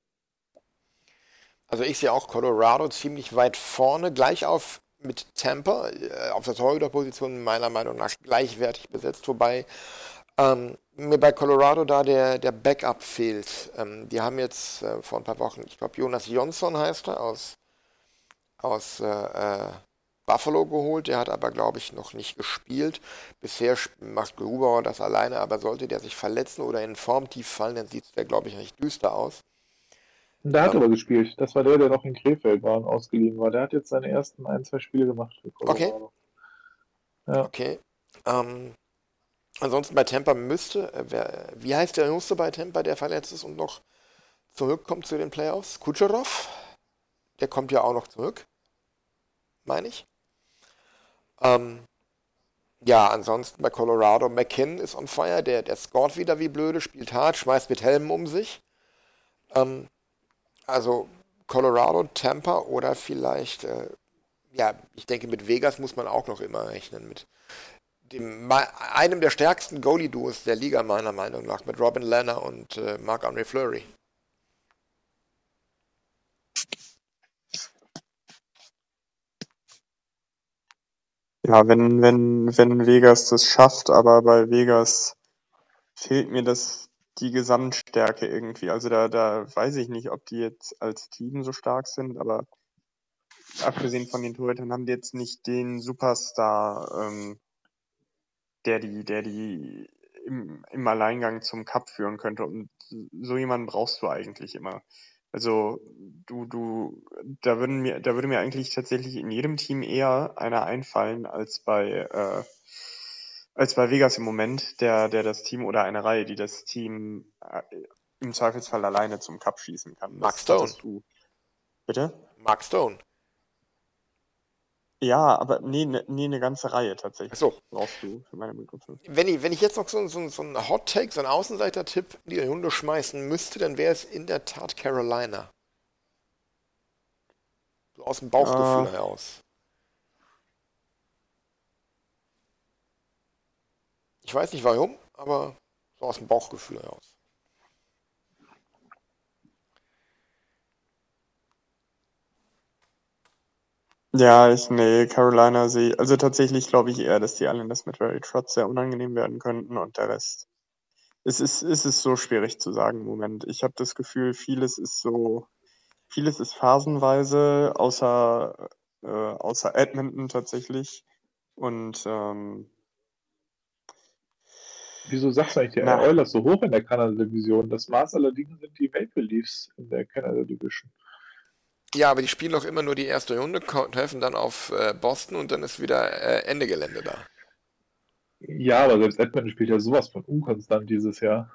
Also ich sehe auch Colorado ziemlich weit vorne, gleich auf mit Tampa, äh, auf der Torhüterposition meiner Meinung nach gleichwertig besetzt, wobei ähm, mir bei Colorado da der, der Backup fehlt. Ähm, die haben jetzt äh, vor ein paar Wochen, ich glaube Jonas Jonsson heißt er, aus, aus äh, äh, Buffalo geholt, der hat aber, glaube ich, noch nicht gespielt. Bisher sp- macht Grubauer das alleine, aber sollte der sich verletzen oder in Formtief fallen, dann sieht es der, glaube ich, recht düster aus. Und der hat Ähm, aber gespielt. Das war der, der noch in Krefeld war und ausgeliehen war. Der hat jetzt seine ersten ein, zwei Spiele gemacht für okay, Colorado. Ja. okay. Ähm, ansonsten bei Tampa müsste, äh, wer, wie heißt der Jüngste bei Tampa, der verletzt ist und noch zurückkommt zu den Playoffs? Kucherov? Der kommt ja auch noch zurück, meine ich. Ähm, ja, ansonsten bei Colorado, McKinn ist on fire, der, der scoret wieder wie blöde, spielt hart, schmeißt mit Helmen um sich. Ähm, also Colorado, Tampa oder vielleicht, äh, ja, ich denke mit Vegas muss man auch noch immer rechnen, mit dem, ma- einem der stärksten Goalie-Duos der Liga meiner Meinung nach, mit Robin Lehner und äh, Marc-André Fleury. Ja, wenn, wenn, wenn Vegas das schafft, aber bei Vegas fehlt mir das die Gesamtstärke irgendwie. Also da, da weiß ich nicht, ob die jetzt als Team so stark sind, aber abgesehen von den Torhütern haben die jetzt nicht den Superstar, ähm, der die, der die im, im Alleingang zum Cup führen könnte. Und so jemanden brauchst du eigentlich immer. Also du, du, da würden mir, da würde mir eigentlich tatsächlich in jedem Team eher einer einfallen als bei, äh, als bei Vegas im Moment, der, der das Team oder eine Reihe, die das Team äh, im Zweifelsfall alleine zum Cup schießen kann. Mark Das Stone. hattest du. Bitte? Mark Stone. Ja, aber nee, ne, nee, eine ganze Reihe tatsächlich Achso, brauchst du für meine Begriffe. wenn ich, wenn ich jetzt noch so, so, so einen Hot-Take, so einen Außenseiter-Tipp in die Runde schmeißen müsste, dann wäre es in der Tat Carolina. So aus dem Bauchgefühl Äh, heraus. Ich weiß nicht warum, aber so aus dem Bauchgefühl heraus. ja, ich, nee, Carolina sehe, also tatsächlich glaube ich eher, dass die Islanders mit Barry Trotz sehr unangenehm werden könnten und der Rest. Es ist, es ist so schwierig zu sagen im Moment. Ich habe das Gefühl, vieles ist so, vieles ist phasenweise, außer, äh, außer Edmonton tatsächlich. Und ähm, Wieso sagst du eigentlich die na, Oilers so hoch in der Kanada-Division? Das Maß aller Dinge sind die Maple Leafs in der Canada-Division. Ja, aber die spielen doch immer nur die erste Runde, ko- treffen dann auf äh, Boston und dann ist wieder äh, Ende Gelände da. Ja, aber selbst Edmonton spielt ja sowas von unkonstant dieses Jahr.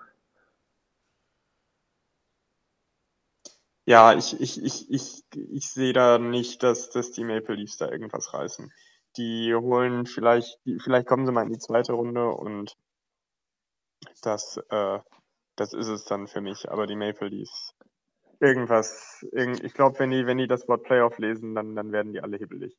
ja, ich, ich, ich, ich, ich sehe da nicht, dass, dass die Maple Leafs da irgendwas reißen. Die holen vielleicht, die, vielleicht kommen sie mal in die zweite Runde und das, äh, das ist es dann für mich. Aber die Maple Leafs, irgendwas, irgend, ich glaube, wenn die, wenn die das Wort Playoff lesen, dann, dann werden die alle hibbelig.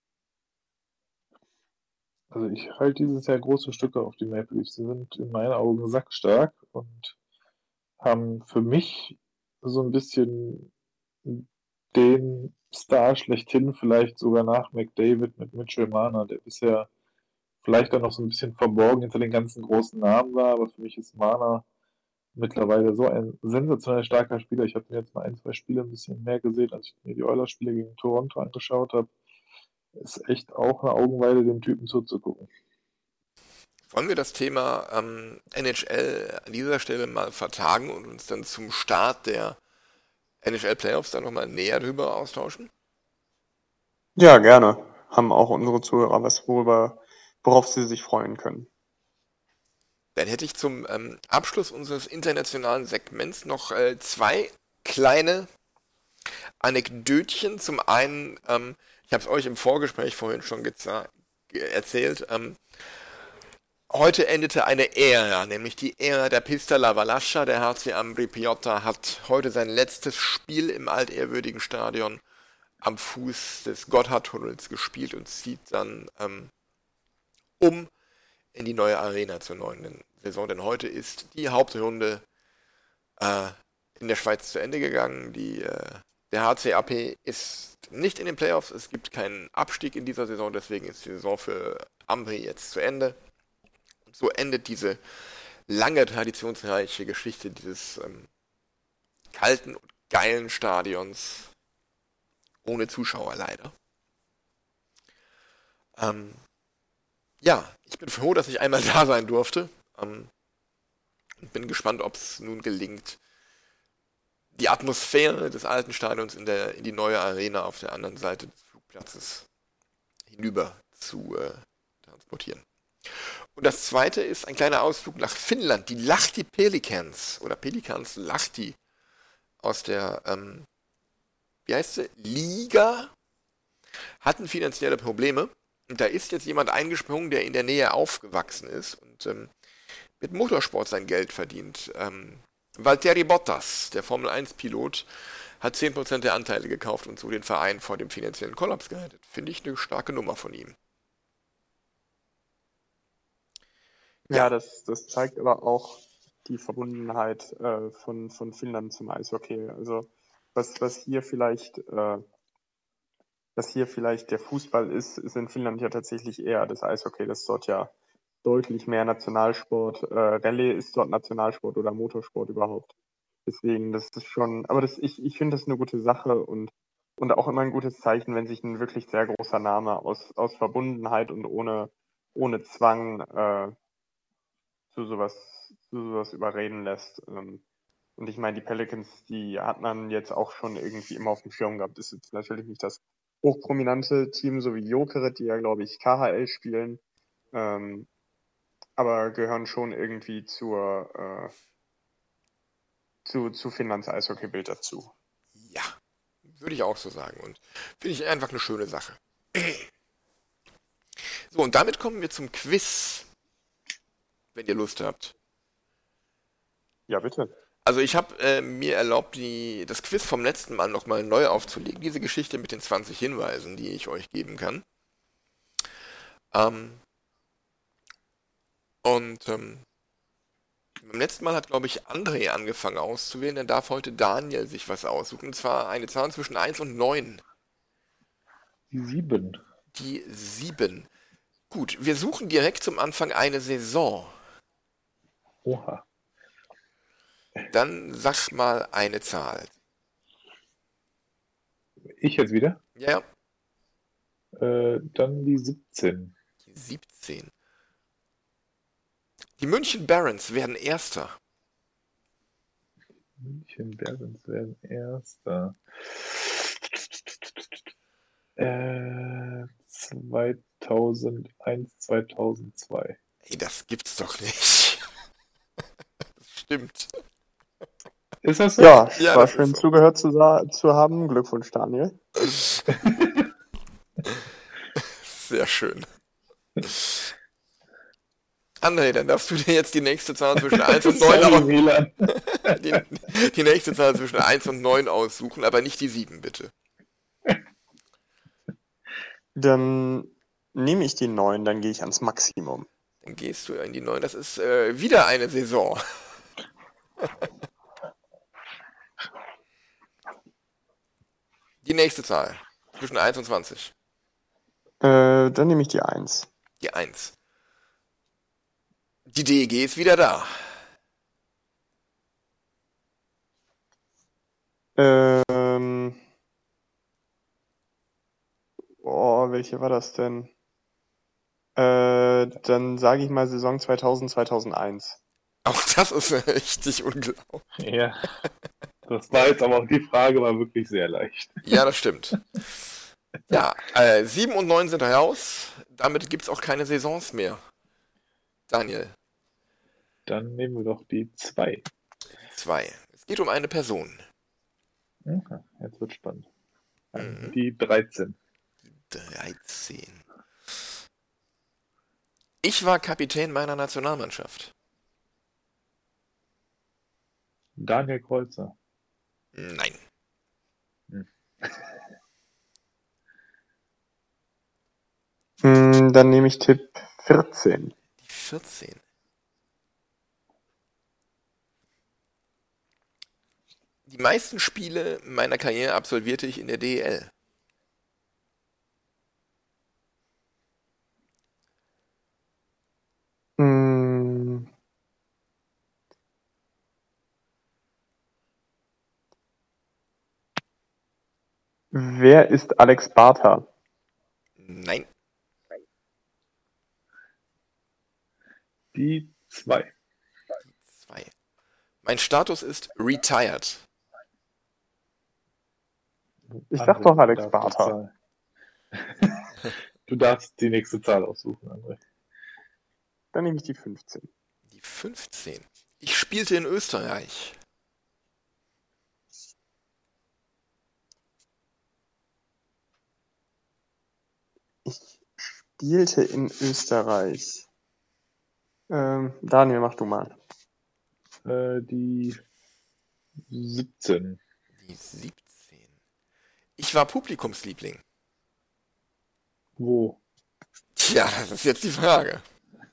Also ich halte dieses Jahr große Stücke auf die Maple Leafs. Sie sind in meinen Augen sackstark und haben für mich so ein bisschen den Star schlechthin, vielleicht sogar nach McDavid mit Mitchell Marner, der bisher vielleicht auch noch so ein bisschen verborgen hinter den ganzen großen Namen war, aber für mich ist Marner mittlerweile so ein sensationell starker Spieler. Ich habe mir jetzt mal ein, zwei Spiele ein bisschen mehr gesehen, als ich mir die Oilers-Spiele gegen Toronto angeschaut habe. Ist echt auch eine Augenweide, dem Typen zuzugucken. Wollen wir das Thema ähm, N H L an dieser Stelle mal vertagen und uns dann zum Start der N H L Playoffs dann nochmal näher drüber austauschen? Ja, gerne. Haben auch unsere Zuhörer was, worüber, worauf sie sich freuen können. Dann hätte ich zum ähm, Abschluss unseres internationalen Segments noch äh, zwei kleine Anekdötchen. Zum einen, ähm, ich Ich habe es euch im Vorgespräch vorhin schon geza- ge- erzählt. Ähm, heute endete eine Ära, nämlich die Ära der Pista La Valascia. Der H C Ambri Piotta hat heute sein letztes Spiel im altehrwürdigen Stadion am Fuß des Gotthardtunnels gespielt und zieht dann ähm, um in die neue Arena zur neuen Saison. Denn heute ist die Hauptrunde äh, in der Schweiz zu Ende gegangen. Die, äh, der H C A P ist nicht in den Playoffs. Es gibt keinen Abstieg in dieser Saison. Deswegen ist die Saison für Ambri jetzt zu Ende. Und so endet diese lange traditionsreiche Geschichte dieses ähm, kalten und geilen Stadions. Ohne Zuschauer leider. Ähm, ja, ich bin froh, dass ich einmal da sein durfte. Ähm, und bin gespannt, ob es nun gelingt, die Atmosphäre des alten Stadions in, der, in die neue Arena auf der anderen Seite des Flugplatzes hinüber zu äh, transportieren. Und das zweite ist ein kleiner Ausflug nach Finnland. Die Lahti Pelicans oder Pelicans Lahti aus der ähm, wie heißt sie? Liga hatten finanzielle Probleme. Und da ist jetzt jemand eingesprungen, der in der Nähe aufgewachsen ist und ähm, mit Motorsport sein Geld verdient. Ähm, Valtteri Bottas, der Formel eins Pilot, hat zehn Prozent der Anteile gekauft und so den Verein vor dem finanziellen Kollaps gerettet. Finde ich eine starke Nummer von ihm. Ja, Ja, das, das zeigt aber auch die Verbundenheit äh, von, von Finnland zum Eishockey. Also was, was hier vielleicht, äh, was hier vielleicht der Fußball ist, ist in Finnland ja tatsächlich eher das Eishockey. Das ist dort ja deutlich mehr Nationalsport. Äh, Rallye ist dort Nationalsport oder Motorsport überhaupt. Deswegen, das ist schon, aber das, ich, ich finde das eine gute Sache und, und auch immer ein gutes Zeichen, wenn sich ein wirklich sehr großer Name aus, aus Verbundenheit und ohne, ohne Zwang äh, zu sowas, zu sowas überreden lässt. Ähm, und ich meine, die Pelicans, die hat man jetzt auch schon irgendwie immer auf dem Schirm gehabt. Das ist jetzt natürlich nicht das hochprominente Team, so wie Jokerit, die ja, glaube ich, K H L spielen, ähm, aber gehören schon irgendwie zur, äh, zu, zu Finnlands Eishockeybild dazu. ja, würde ich auch so sagen. Und finde ich einfach eine schöne Sache. So, und damit kommen wir zum Quiz, wenn ihr Lust habt. Ja, bitte. Also ich habe äh, mir erlaubt, die, das Quiz vom letzten Mal nochmal neu aufzulegen. Diese Geschichte mit den zwanzig Hinweisen, die ich euch geben kann. Ähm, und ähm, beim letzten Mal hat, glaube ich, André angefangen auszuwählen. Dann darf heute Daniel sich was aussuchen. Und zwar eine Zahl zwischen eins und neun. Die sieben. Die sieben. Gut, wir suchen direkt zum Anfang eine Saison. Oha. Dann sag mal eine Zahl. Ich jetzt wieder? Ja, Äh, dann die siebzehn. die siebzehn. Die München Barons werden Erster. München Barons werden Erster. Äh, zweitausendeins, zweitausendzwei. Ey, das gibt's doch nicht. Das stimmt. Ist das so? Ja, Ja, war das ist schön so. zugehört zu, sa- zu haben. Glückwunsch, Daniel. Sehr schön. André, dann darfst du dir jetzt die nächste Zahl zwischen eins und neun Sorry, aus- Milan. die, die nächste Zahl zwischen eins und neun aussuchen, aber nicht die sieben, bitte. Dann nehme ich die neun, dann gehe ich ans Maximum. Dann gehst du in die neun. Das ist äh, wieder eine Saison. Die nächste Zahl zwischen eins und zwanzig. Äh, dann nehme ich die eins. Die eins. Die D E G ist wieder da. Ähm, oh, welche war das denn? Äh, dann sage ich mal Saison zweitausend, zweitausendeins. Auch das ist richtig unglaublich. Ja. Das war jetzt aber auch, die Frage war wirklich sehr leicht. Ja, das stimmt. Ja, äh, sieben und neun sind raus. Damit gibt es auch keine Saisons mehr. Daniel, Dann nehmen wir doch die zwei. zwei. Es geht um eine Person. Aha, jetzt wird spannend. Mhm. Die dreizehn. dreizehn. Ich war Kapitän meiner Nationalmannschaft. Daniel Kreuzer. Nein. Hm, dann nehme ich Tipp vierzehn. Die vierzehn. Die meisten Spiele meiner Karriere absolvierte ich in der D E L. Hm. Wer ist Alex Bartha? Nein. Die zwei. Zwei. Mein Status ist retired. Ich André, sag doch du Alex darfst Bartha. die Zahl- Du darfst die nächste Zahl aussuchen, André. Dann nehme ich die fünfzehn. Die fünfzehn. Ich spielte in Österreich. Ich spielte in Österreich. Ähm, Daniel, mach du mal. Äh, die siebzehn. Die siebzehn. Ich war Publikumsliebling. Wo? Tja, das ist jetzt die Frage.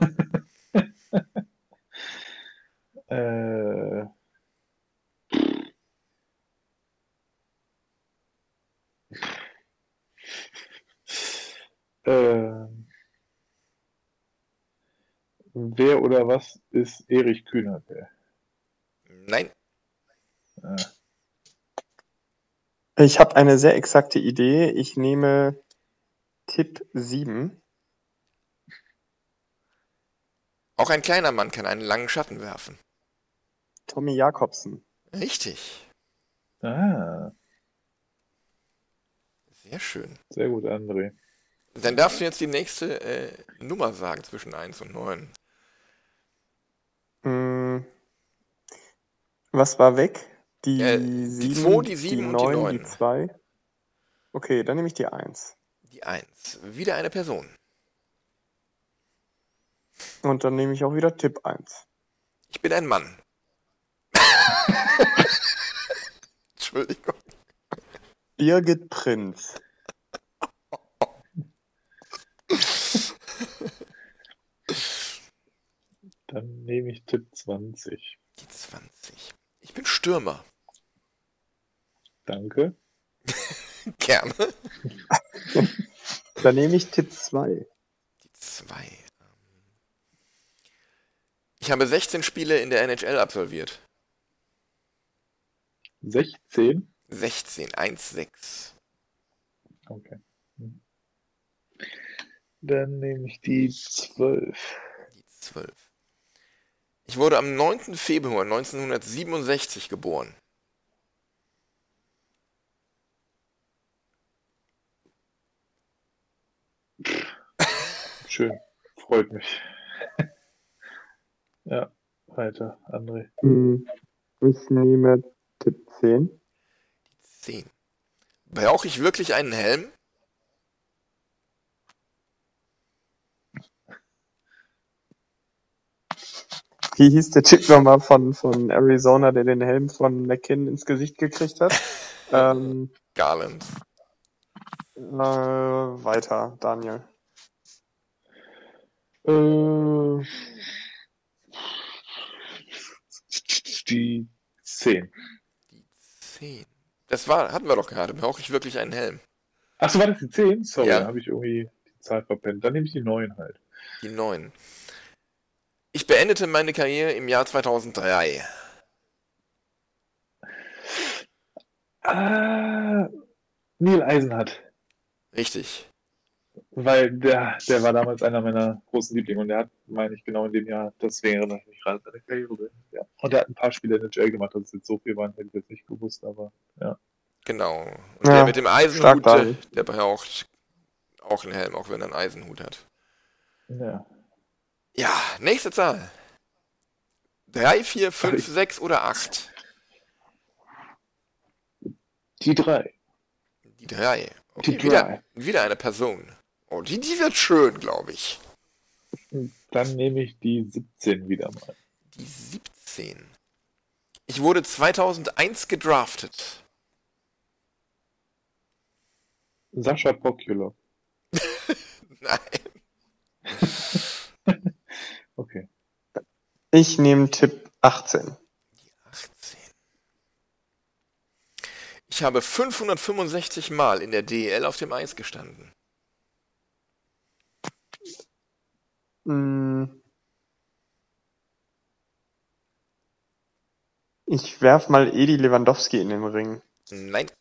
Äh, äh, wer oder was ist Erich Kühnert? Nein. Äh, Ich habe eine sehr exakte Idee. Ich nehme Tipp sieben. Auch ein kleiner Mann kann einen langen Schatten werfen. Tommy Jakobsen. Richtig. ah, Sehr schön. sehr gut, André. Dann darfst du jetzt die nächste äh, Nummer sagen zwischen eins und neun. Hm. Was war weg? Die Äh, die sieben, zwei, die sieben und die neun, neun. die zwei. Okay, dann nehme ich die eins. Die eins. Wieder eine Person. Und dann nehme ich auch wieder Tipp eins. Ich bin ein Mann. Entschuldigung. Birgit Prinz. Dann nehme ich Tipp zwanzig. Die zwanzig. Ich bin Stürmer. Danke. Gerne. Dann nehme ich Tipp zwei. Die zwei. Ich habe sechzehn Spiele in der N H L absolviert. sechzehn? sechzehn. eins sechs. Okay. Hm. Dann nehme ich die zwölf. Die zwölf. Ich wurde am neunten Februar neunzehnhundertsiebenundsechzig geboren. Schön. Freut mich. Ja, weiter, André. Hm, Ich nehme Tipp zehn. Die zehn. Brauche ich wirklich einen Helm? Wie hieß der Typ nochmal von, von Arizona, der den Helm von McKinn ins Gesicht gekriegt hat? ähm, Garland. äh, weiter, Daniel. Äh, die zehn. Die zehn. Das war, hatten wir doch gerade. Brauche ich wirklich einen Helm? Achso, war das die zehn? Sorry, Ja. da habe ich irgendwie die Zahl verpennt. Dann nehme ich die neun halt. Die neun. Ich beendete meine Karriere im Jahr zweitausenddrei. Ah, Neil Eisenhardt. Richtig. Weil der, der war damals einer meiner großen Lieblinge und der hat, meine ich, genau in dem Jahr, deswegen erinnere ich mich gerade seine Karriere beendet. Ja. Und der hat ein paar Spiele in der J gemacht, dass es jetzt so viel waren, hätte ich jetzt nicht gewusst, aber ja. Genau. Und Ja, der mit dem stark, Eisenhut, der, Daniel. der braucht auch einen Helm, auch wenn er einen Eisenhut hat. Ja. Ja, nächste Zahl. drei, vier, fünf, ich- sechs oder acht? Die drei. Die drei. Okay, To wieder, drive. wieder eine Person. Oh, die, die wird schön, glaube ich. Dann nehme ich die siebzehn wieder mal. Die siebzehn. Ich wurde zweitausendeins gedraftet. Sascha Pokulo. Nein. Okay. Ich nehme Tipp achtzehn. achtzehn. Ich habe fünfhundertfünfundsechzig Mal in der D E L auf dem Eis gestanden. Mm. Ich werf mal Edi Lewandowski in den Ring. Nein.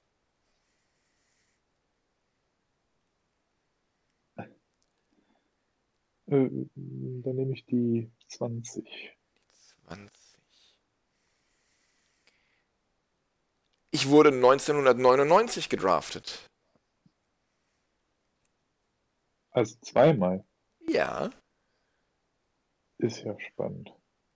Äh, dann nehme ich die zwanzig. zwanzig. Ich wurde neunzehnhundertneunundneunzig gedraftet. Also zweimal. Ja. Ist ja spannend.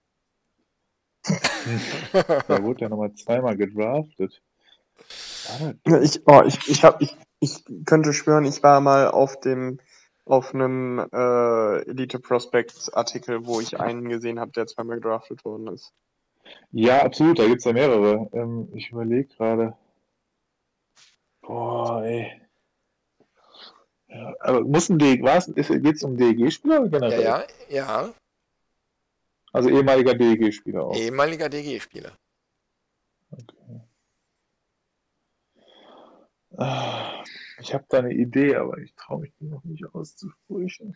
Da wurde ja nochmal zweimal gedraftet. Ah, Ja, Ich, oh, ich, ich, hab, ich, ich könnte schwören, ich war mal auf dem auf einem äh, Elite Prospect Artikel, wo ich einen gesehen habe, der zweimal gedraftet worden ist. ja, absolut, da gibt es ja mehrere. Ähm, ich überlege gerade. Boah, ey. Ja, aber muss ein D, was, geht es um D E G-Spieler oder Ja, generell? ja, ja. Also ehemaliger D E G-Spieler auch. Ehemaliger D G-Spieler. Okay. Ah, ich habe da eine Idee, aber ich traue mich die noch nicht auszusprechen.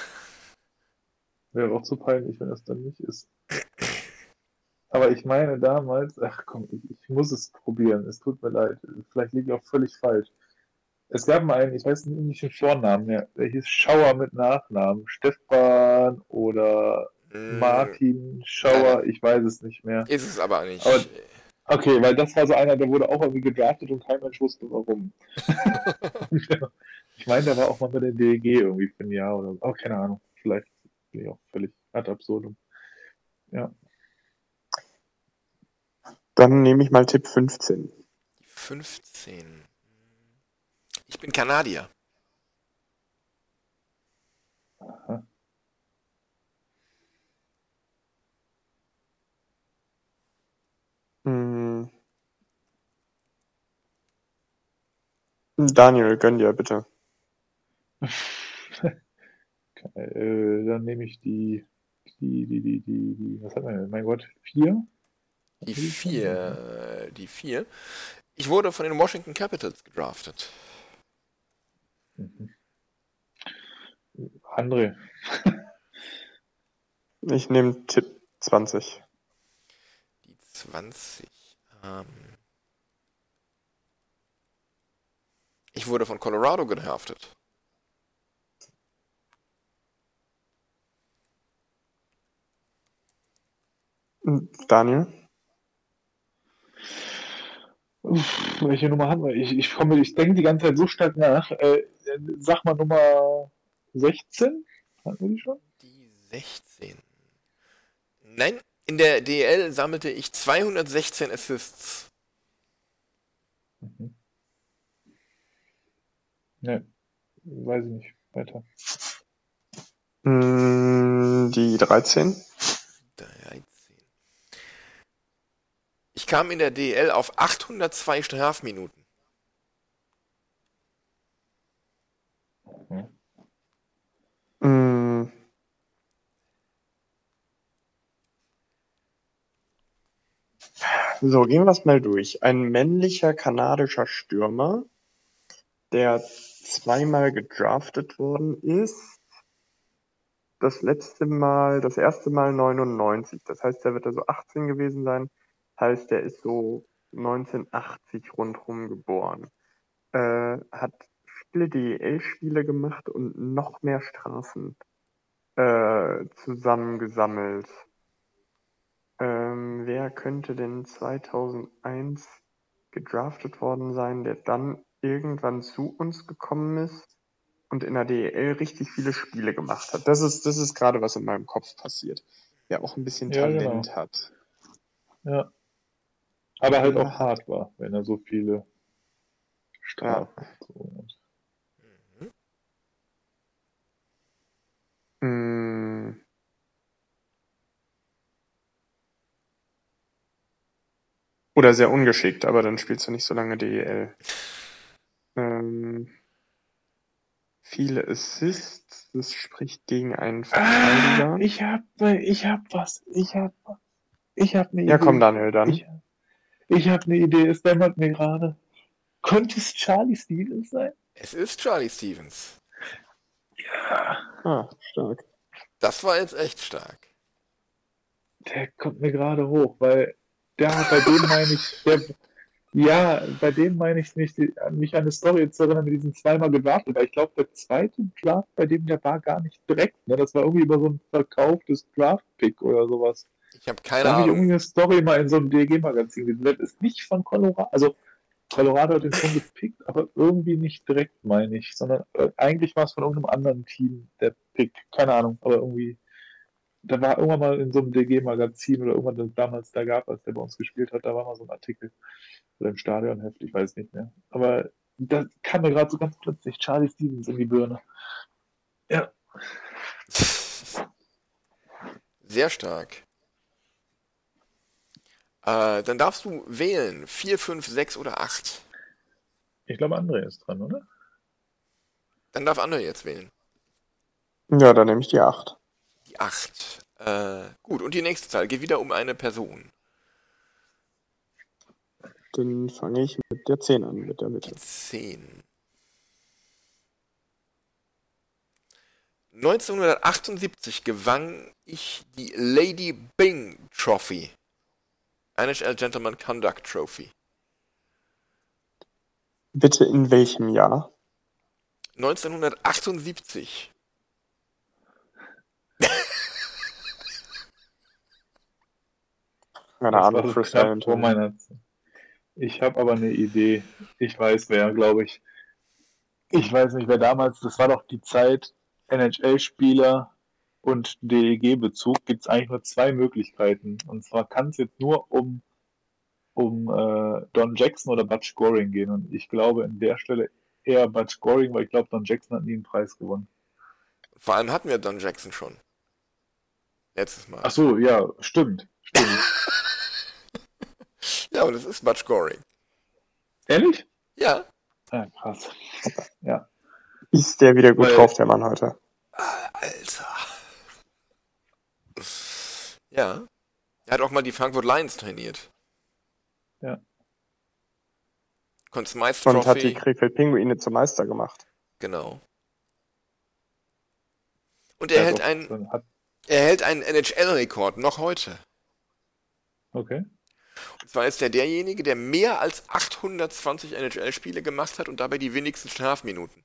Wäre auch zu peinlich, wenn das dann nicht ist. Aber ich meine damals, ach komm, ich, ich muss es probieren, es tut mir leid. Vielleicht liege ich auch völlig falsch. Es gab mal einen, ich weiß nicht den Vornamen mehr, der hieß Schauer mit Nachnamen. Stefan oder Mm, Martin nein, Schauer, nein. ich weiß es nicht mehr. Ist es aber nicht. Aber okay, weil das war so einer, der wurde auch irgendwie gedraftet und kein Mensch wusste warum. Ich meine, der war auch mal bei der D E G irgendwie für ein Jahr oder so. Oh, keine Ahnung. Vielleicht bin ich auch völlig ad absurdum. Ja. Dann nehme ich mal Tipp fünfzehn. fünfzehn. Ich bin Kanadier. Aha. Hm. Daniel, gönn dir bitte. Okay, äh, dann nehme ich die, die, die, die, die, die, was hat man denn? Mein Gott, vier? Die Hatte ich schon? vier. Die vier. Ich wurde von den Washington Capitals gedraftet. Mhm. André. Ich nehme Tipp zwanzig. Die zwanzig. Ähm, ich wurde von Colorado gedraftet. Daniel? Uff, welche Nummer haben wir? Ich, ich komme, ich denke die ganze Zeit so stark nach. Äh, sag mal Nummer sechzehn? Hatten wir die schon? Die sechzehn. Nein, in der D E L sammelte ich zweihundertsechzehn Assists. Mhm. Ne, weiß ich nicht. Weiter. Hm, Die dreizehn. dreizehn. Ich kam in der D E L auf achthundertzwei Strafminuten. Mhm. Hm. So, gehen wir es mal durch. Ein männlicher kanadischer Stürmer, der zweimal gedraftet worden ist. Das letzte Mal, das erste Mal neunundneunzig. Das heißt, der wird da so achtzehn gewesen sein. Heißt, der ist so neunzehnhundertachtzig rundherum geboren. Äh, hat viele D E L-Spiele gemacht und noch mehr Strafen äh, zusammengesammelt. Ähm, wer könnte denn zweitausendeins gedraftet worden sein, der dann irgendwann zu uns gekommen ist und in der D E L richtig viele Spiele gemacht hat? Das ist, das ist gerade, was in meinem Kopf passiert. Der auch ein bisschen Ja, Talent genau. hat. Ja. Aber halt Wer auch hat- hart war, wenn er so viele Ja. Strafen gezogen hat. Mm. Oder sehr ungeschickt, aber dann spielst du nicht so lange D E L. Ähm, viele Assists, das spricht gegen einen Verteidiger. Ah, ich hab, ich hab was, ich hab was. Ich hab eine Ja, Idee. komm, Daniel, dann. Ich, ich hab eine Idee, es dämmert mir gerade. Könnte es Charlie Stevens sein? Es ist Charlie Stevens. Ja. Ah, stark. Das war jetzt echt stark. Der kommt mir gerade hoch, weil der, bei dem meine ich, der, ja, bei dem meine ich nicht, die- mich an eine Story zu erinnern, mit diesen zweimal gedraftet, weil ich glaube, der zweite Draft bei dem, der war gar nicht direkt, ne? Das war irgendwie über so ein verkauftes Draft-Pick oder sowas. Ich habe keine Da habe ich Ahnung. irgendwie eine Story mal in so einem D E G-Magazin gesehen. Das ist nicht von Colorado, also Colorado hat den schon gepickt, aber irgendwie nicht direkt, meine ich, sondern äh, eigentlich war es von irgendeinem anderen Team der Pick. Keine Ahnung, aber irgendwie, da war irgendwann mal in so einem D G-Magazin oder irgendwann das damals da gab, als der bei uns gespielt hat, da war mal so ein Artikel oder im Stadionheft, ich weiß nicht mehr. Aber da kam mir gerade so ganz plötzlich Charlie Stevens in die Birne. Ja. Sehr stark. Äh, dann darfst du wählen. vier, fünf, sechs oder acht. Ich glaube, André ist dran, oder? Dann darf André jetzt wählen. Ja, dann nehme ich die acht. Die acht. Äh, gut, und die nächste Zahl geht wieder um eine Person. Dann fange ich mit der zehn an, mit der Mitte. Die zehn. neunzehnhundertachtundsiebzig gewann ich die Lady Byng Trophy. N H L Gentleman Conduct Trophy. Bitte in welchem Jahr? neunzehnhundertachtundsiebzig. Keine Das Ahnung, war so Freestyle knapp vor Antonio. meiner Zeit. Ich habe aber eine Idee. Ich weiß wer, glaube ich. Ich weiß nicht, wer damals, das war doch die Zeit, N H L-Spieler und D E G-Bezug, gibt es eigentlich nur zwei Möglichkeiten. Und zwar kann es jetzt nur um, um äh, Don Jackson oder Butch Goring gehen. Und ich glaube in der Stelle eher Butch Goring, weil ich glaube, Don Jackson hat nie einen Preis gewonnen. Vor allem hatten wir Don Jackson schon. Letztes Mal. Ach so, ja, stimmt. Stimmt. Ja, und es ist Butch Goring. Ehrlich? Ja. Ja, krass. Ja. Ist der wieder gut Weil- drauf, der Mann heute? Alter. Ja. Er hat auch mal die Frankfurt Lions trainiert. Ja. Conn Smythe Und hat die Trophy. Krefeld Pinguine zum Meister gemacht. Genau. Und er Ja, hält doch, einen, dann hat, er hält einen N H L-Rekord, noch heute. okay. Und zwar ist er derjenige, der mehr als achthundertzwanzig N H L-Spiele gemacht hat und dabei die wenigsten Strafminuten.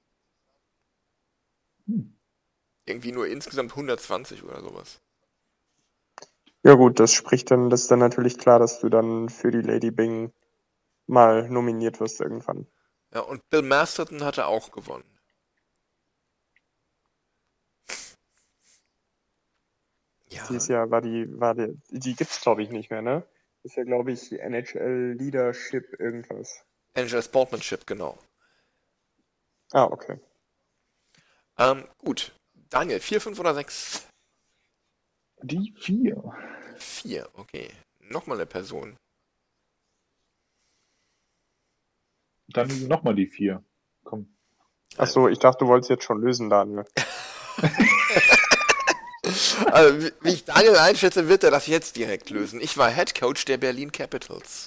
Hm. Irgendwie nur insgesamt hundertzwanzig oder sowas. Ja gut, das spricht dann, das ist dann natürlich klar, dass du dann für die Lady Byng mal nominiert wirst irgendwann. Ja, und Bill Masterton hatte auch gewonnen. Ja, Dieses Jahr war die, war die, die gibt's glaube ich nicht mehr, ne? Ist ja glaube ich N H L Leadership irgendwas. N H L Sportsmanship, genau. Ah, okay. Ähm, gut. Daniel, vier, fünf oder sechs? Die vier. vier, okay. Nochmal eine Person. Dann nochmal die vier. Komm. Ach so, ich dachte, du wolltest jetzt schon lösen, Daniel. Also, wie- wie ich Daniel einschätze, wird er das jetzt direkt lösen. Ich war Head Coach der Berlin Capitals.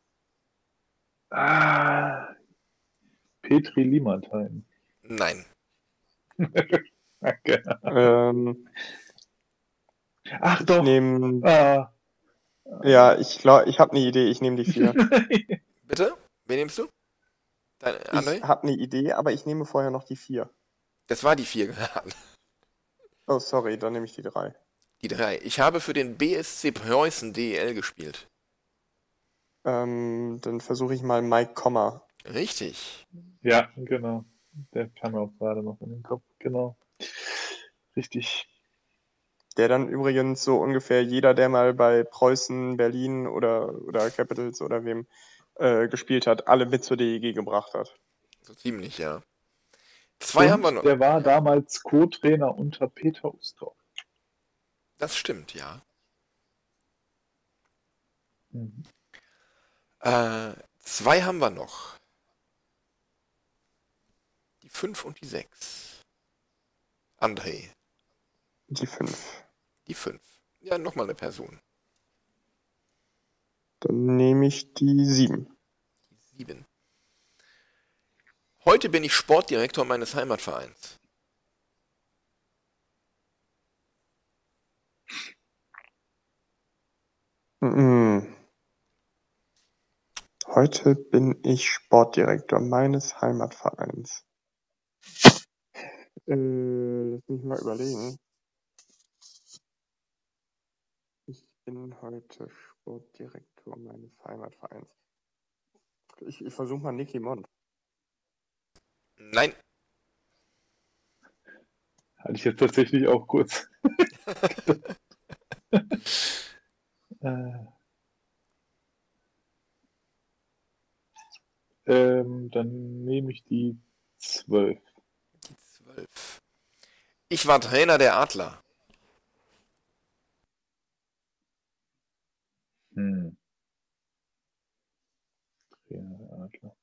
Ah, Petri Limatheim. Nein. Okay. Ähm, Ach doch. nehm, Ah. ja, ich glaube, ich habe eine Idee, ich nehme die vier. Bitte? Wen nimmst du? Dein, Ich André? habe eine Idee, aber ich nehme vorher noch die vier. Das war die vier gerade. Oh, sorry, dann nehme ich die drei. Die drei. Ich habe für den B S C Preußen D E L gespielt. Ähm, dann versuche ich mal Mike Kommer. Richtig. Ja, genau. Der kam mir auch gerade noch in den Kopf. Genau. Richtig. Der dann übrigens so ungefähr jeder, der mal bei Preußen, Berlin oder, oder Capitals oder wem äh, gespielt hat, alle mit zur D E G gebracht hat. So ziemlich, ja. Zwei Und haben wir noch. der war damals Co-Trainer unter Peter Ustorf. Das stimmt, ja. Mhm. Äh, zwei haben wir noch. Die fünf und die sechs. André, Die fünf. die fünf. Ja, nochmal eine Person. Dann nehme ich die sieben. Die sieben. Heute bin ich Sportdirektor meines Heimatvereins. Mhm. Heute bin ich Sportdirektor meines Heimatvereins. Äh, lass mich mal überlegen. Ich bin heute Sportdirektor meines Heimatvereins. Ich, ich versuche mal Nicky Mond. Nein, Hatte ich jetzt tatsächlich auch kurz. äh, ähm, dann nehme ich die zwölf. die zwölf. Ich war Trainer der Adler. Hm. Trainer der Adler.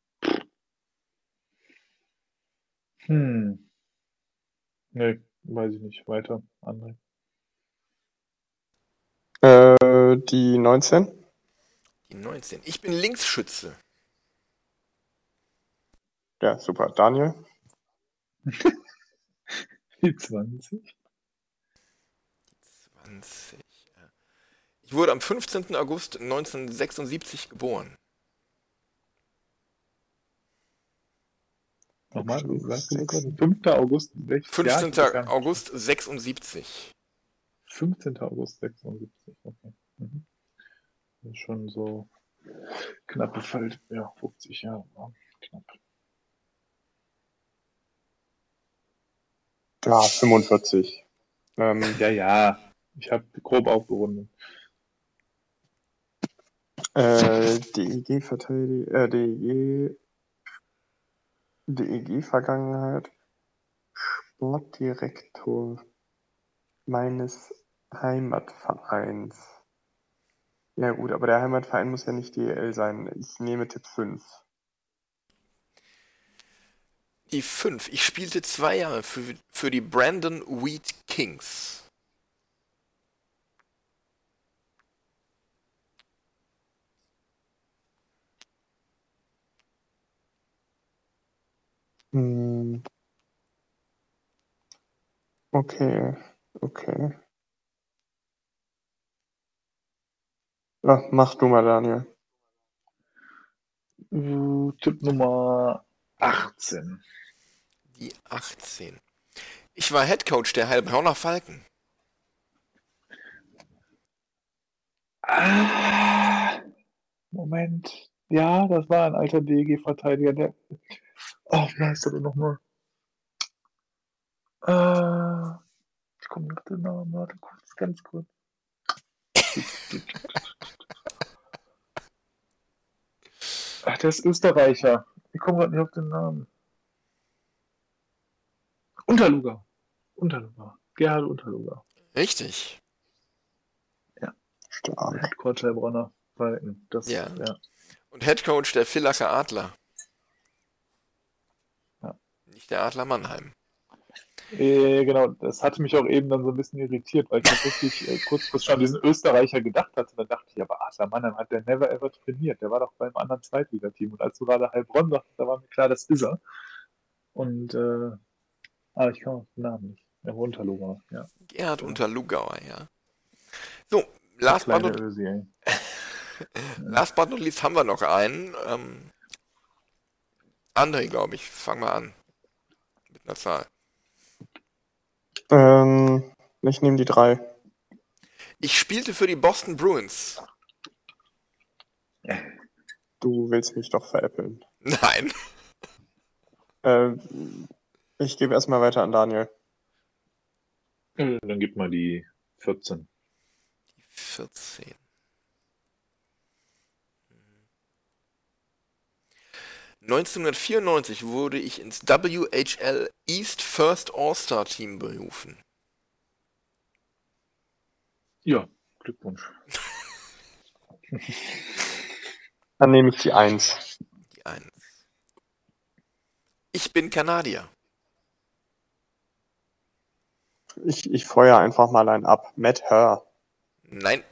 Hm. Nee, weiß ich nicht. Weiter. André. Äh, die neunzehn. Die neunzehn. Ich bin Linksschütze. Ja, super. Daniel. Die zwanzig. zwanzig. Ich wurde am fünfzehnten August neunzehnhundertsechsundsiebzig geboren. Nochmal, wie sagst du das gerade? Sechs- fünfter August. Welches Jahr? Ich hab das gar fünfzehnten nicht August sechsundsiebzig. fünfzehnter August sechsundsiebzig, okay. Mhm. Das ist schon so knappe Feld, ja, fünfzig Jahre. Ja, knapp. Ja, fünfundvierzig. Ähm, Ja, ja, ich habe grob aufgerundet. äh, D E G-Verteidiger, äh, D E G, D E G-Vergangenheit, Sportdirektor meines Heimatvereins. Ja gut, aber der Heimatverein muss ja nicht D E L sein. Ich nehme Tipp fünf. Die fünf. Ich spielte zwei Jahre für, für die Brandon Wheat Kings. Hm, okay, okay. Ja, mach du mal, Daniel. Uh, Tipp Nummer achtzehn. Die achtzehn. Ich war Headcoach der Heilbronner Falken. Ah, Moment. Ja, das war ein alter D E G-Verteidiger, der. Oh, wie heißt der denn nochmal? Ah, ich komme nach dem Namen, warte kurz, ganz kurz. Ach, der ist Österreicher. Ich komme gerade nicht auf den Namen. Unterluger. Unterluger. Gerhard Unterluger. Richtig. Ja, Stark. Headcoach Heilbronner Falken. Das, Ja. ja. Und Headcoach der Villacher Adler. Ja. Nicht der Adler Mannheim. Äh, genau, das hatte mich auch eben dann so ein bisschen irritiert, weil ich tatsächlich äh, kurz kurz schon an diesen Österreicher gedacht hatte. Dann dachte ich, aber Adler Mannheim hat der never ever trainiert. Der war doch beim anderen Zweitligateam. Und als du gerade Heilbronn sagtest, da war mir klar, das ist er. Und, äh, aber ich komme auf den Namen nicht. Der Unterluger, ja. Gerhard Genau. Unterlugauer, ja. So, Der last but, kleine not, Ösi, ey. last but not least haben wir noch einen. Ähm, André, glaube ich. Fang mal an. Mit einer Zahl. Ähm, ich nehme die drei. Ich spielte für die Boston Bruins. Du willst mich doch veräppeln. Nein. Äh, ich gebe erstmal weiter an Daniel. Äh, Dann gib mal die vierzehn. Die vierzehn. neunzehnhundertvierundneunzig wurde ich ins W H L East First All-Star Team berufen. Ja, Glückwunsch. Dann nehme ich die eins. Die eins. Ich bin Kanadier. Ich, ich feuer einfach mal einen ab. Matt Hur. Nein.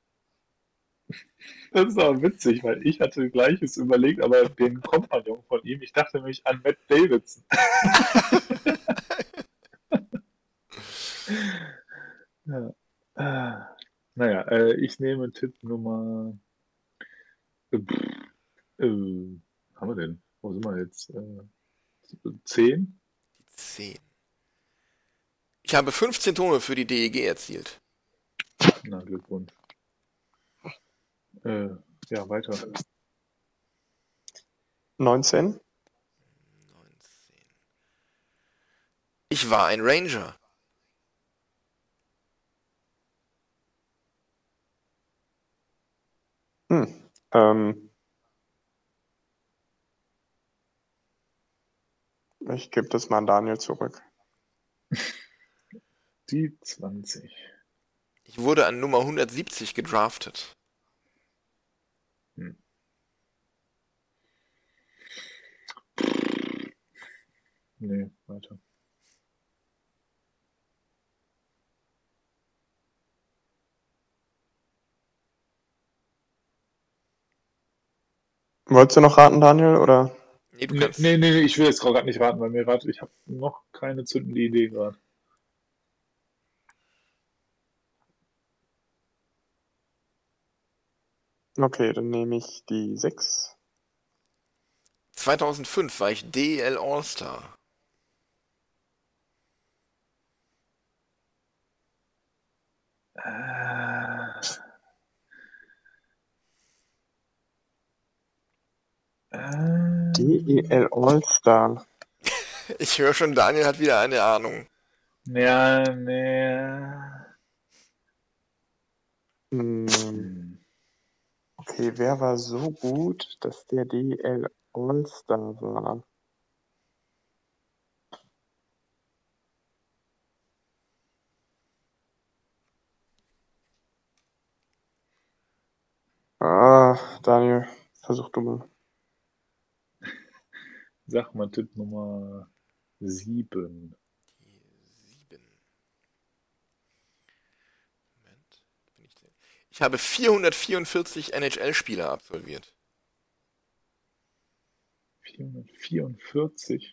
Das ist aber witzig, weil ich hatte Gleiches überlegt, aber den Kompagnon von ihm, ich dachte nämlich an Matt Davidson. Ja. Ah. Naja, äh, ich nehme Tipp Nummer äh, äh, haben wir denn? Wo sind wir jetzt? Äh, zehn? zehn. Ich habe fünfzehn Tore für die D E G erzielt. Na, Glückwunsch. Äh, ja, weiter. neunzehn. neunzehn. Ich war ein Ranger. Hm. Ähm. Ich gebe das mal an Daniel zurück. Die zwanzig. Ich wurde an Nummer hundertsiebzig gedraftet. Hm. Nee, weiter. Wolltest du noch raten, Daniel, oder? Nee, du Nee, kannst. nee, nee, ich will jetzt gerade nicht raten, weil mir rat, ich habe noch keine zündende Idee gerade. Okay, dann nehme ich die sechs. zweitausendfünf war ich D E L All-Star. Äh, äh, D E L All-Star. Ich höre schon, Daniel hat wieder eine Ahnung. ja, nee. Hm. Hm. Okay, wer war so gut, dass der D E L All-Star war? Ah, Daniel, versuch du mal. Sag mal Tipp Nummer sieben. Die sieben. Moment. Bin ich, denn? Ich habe vierhundertvierundvierzig N H L-Spiele absolviert. vierhundertvierundvierzig.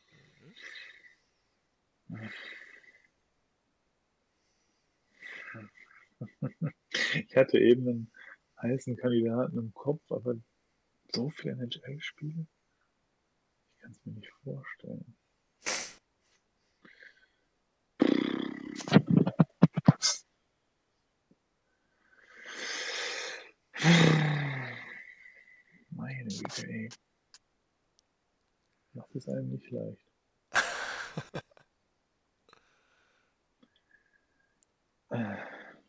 Ich hatte eben einen heißen Kandidaten im Kopf, aber so viele N H L-Spiele? Ich kann es mir nicht vorstellen. Meine Güte, ey. Macht es einem nicht leicht. Das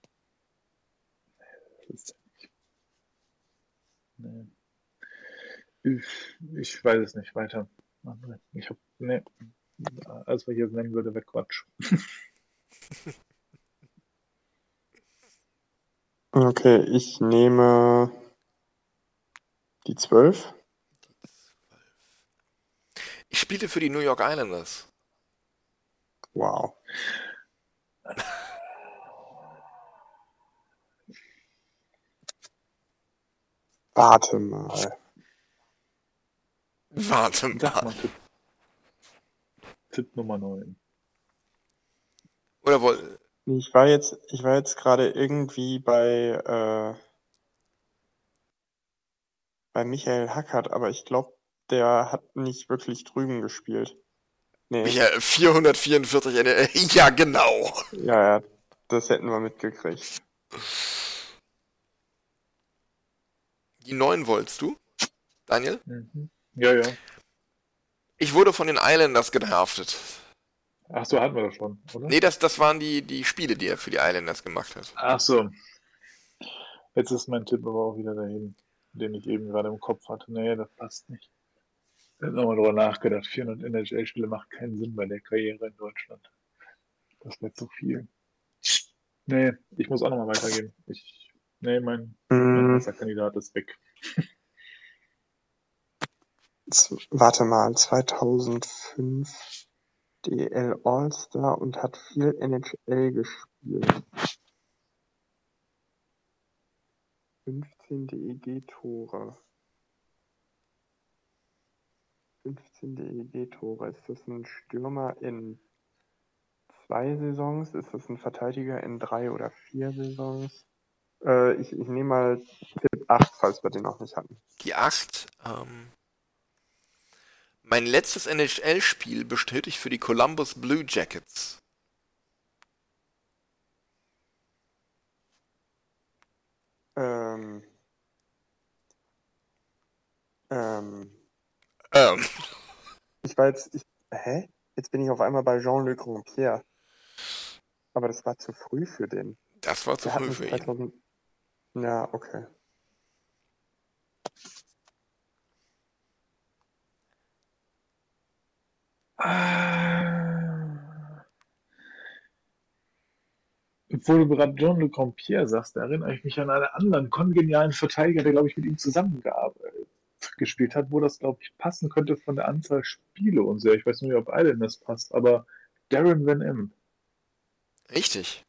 ist nicht. Nee. Ich, ich weiß es nicht weiter. Ich hab. Nee. Alles, was ich jetzt nennen würde, wäre Quatsch. Okay, ich nehme die zwölf. Ich spielte für die New York Islanders. Wow. Warte mal. Warte Sag mal. mal Tipp, Tipp Nummer neun. Oder woll. Ich war jetzt, ich war jetzt gerade irgendwie bei, äh, bei Michael Hackert, aber ich glaube, der hat nicht wirklich drüben gespielt. Nee. Michael, vierhundertvierundvierzig N H L. Ja, genau. Ja, ja, das hätten wir mitgekriegt. Die neun wolltest du, Daniel? Mhm. Ja, ja. Ich wurde von den Islanders gedraftet. Ach so, hatten wir das schon, oder? Nee, das, das waren die, die Spiele, die er für die Islanders gemacht hat. Ach so. Jetzt ist mein Tipp aber auch wieder dahin, den ich eben gerade im Kopf hatte. Nee, das passt nicht. Ich habe nochmal drüber nachgedacht. vierhundert N H L-Spiele macht keinen Sinn bei der Karriere in Deutschland. Das ist nicht so viel. Nee, ich muss auch nochmal weitergehen. Ich, nee, mein, mein Mm, heißer Kandidat ist weg. z- warte mal, zweitausendfünf D E L All-Star und hat viel N H L gespielt. fünfzehn D E G-Tore. fünfzehn D E G-Tore. Ist das ein Stürmer in zwei Saisons? Ist das ein Verteidiger in drei oder vier Saisons? Äh, ich, ich nehme mal Tipp acht, falls wir den noch nicht hatten. Die acht. Ähm, mein letztes N H L-Spiel bestritt ich für die Columbus Blue Jackets. Ähm, ähm, Ähm, ich war jetzt, ich, hä? Jetzt bin ich auf einmal bei Jean-Luc Rompier. Aber das war zu früh für den. das war zu Der hat früh mich für ihn. zweitausend. Ja, okay. Ah. Obwohl du gerade John Le Compierre sagst, da erinnere ich mich an einen anderen kongenialen Verteidiger, der, glaube ich, mit ihm zusammengearbeitet gespielt hat, wo das, glaube ich, passen könnte von der Anzahl Spiele und so. Ich weiß nicht, ob allen das passt, aber Darren Van Impe. Richtig.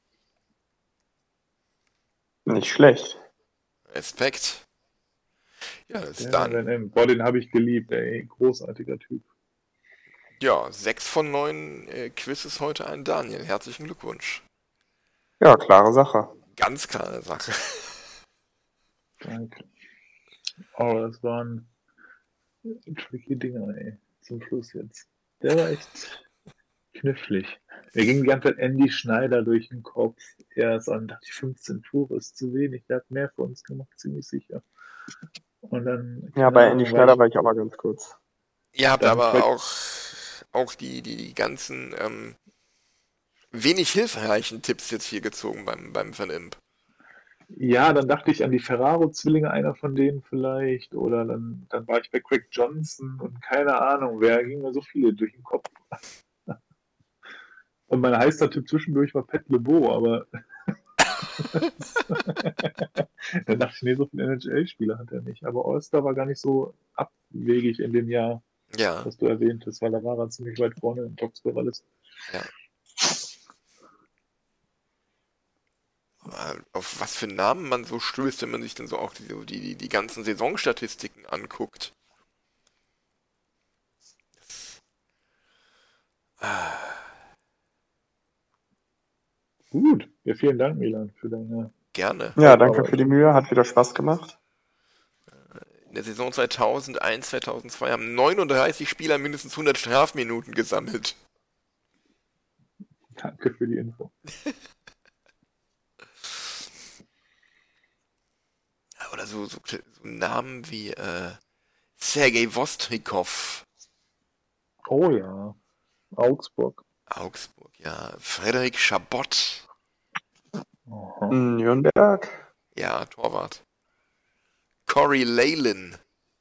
Nicht schlecht. Respekt. Ja, ist Darren dann. Van Impe. Boah, den habe ich geliebt, ey. Großartiger Typ. Ja, sechs von neun äh, Quizzes heute an Daniel. Herzlichen Glückwunsch. Ja, klare Sache. Ganz klare Sache. Danke. Oh, das waren tricky Dinger, ey. Zum Schluss jetzt. Der war echt knifflig. Mir ging die ganze Zeit Andy Schneider durch den Kopf. Erst an, dachte ich, fünfzehn Tore ist zu wenig. Der hat mehr für uns gemacht, ziemlich sicher. Und dann, Ja, keine bei Andy Ahnung, war Schneider ich, war ich aber ganz kurz. Ihr habt dann aber Craig, auch, auch die, die, die ganzen ähm, wenig hilfreichen Tipps jetzt hier gezogen beim, beim Van Imp. ja, dann dachte ich an die Ferraro-Zwillinge, einer von denen vielleicht. Oder dann, dann war ich bei Craig Johnson und keine Ahnung, wer ging mir so viele durch den Kopf. Und mein heißer Tipp zwischendurch war Pat LeBeau, aber dann dachte ich, nee, so viele N H L-Spieler hat er nicht. Aber All-Star war gar nicht so abwegig in dem Jahr, Ja, was du erwähnt hast, weil da war er ziemlich weit vorne im Topscore alles. ja. Aber auf was für Namen man so stößt, wenn man sich dann so auch die, die, die, die ganzen Saisonstatistiken anguckt. Ah, Gut, ja, vielen Dank, Milan, für deine gerne. Ja, danke für die Aufarbeitung. Mühe, hat wieder Spaß gemacht. In der Saison zweitausendeins, zweitausendzwei haben neununddreißig Spieler mindestens hundert Strafminuten gesammelt. Danke für die Info. Oder so, so, so Namen wie äh, Sergei Vostrikov, Oh ja, Augsburg. Augsburg, ja. Frederik Chabot, Aha. Nürnberg. ja, Torwart. Corey Leyland,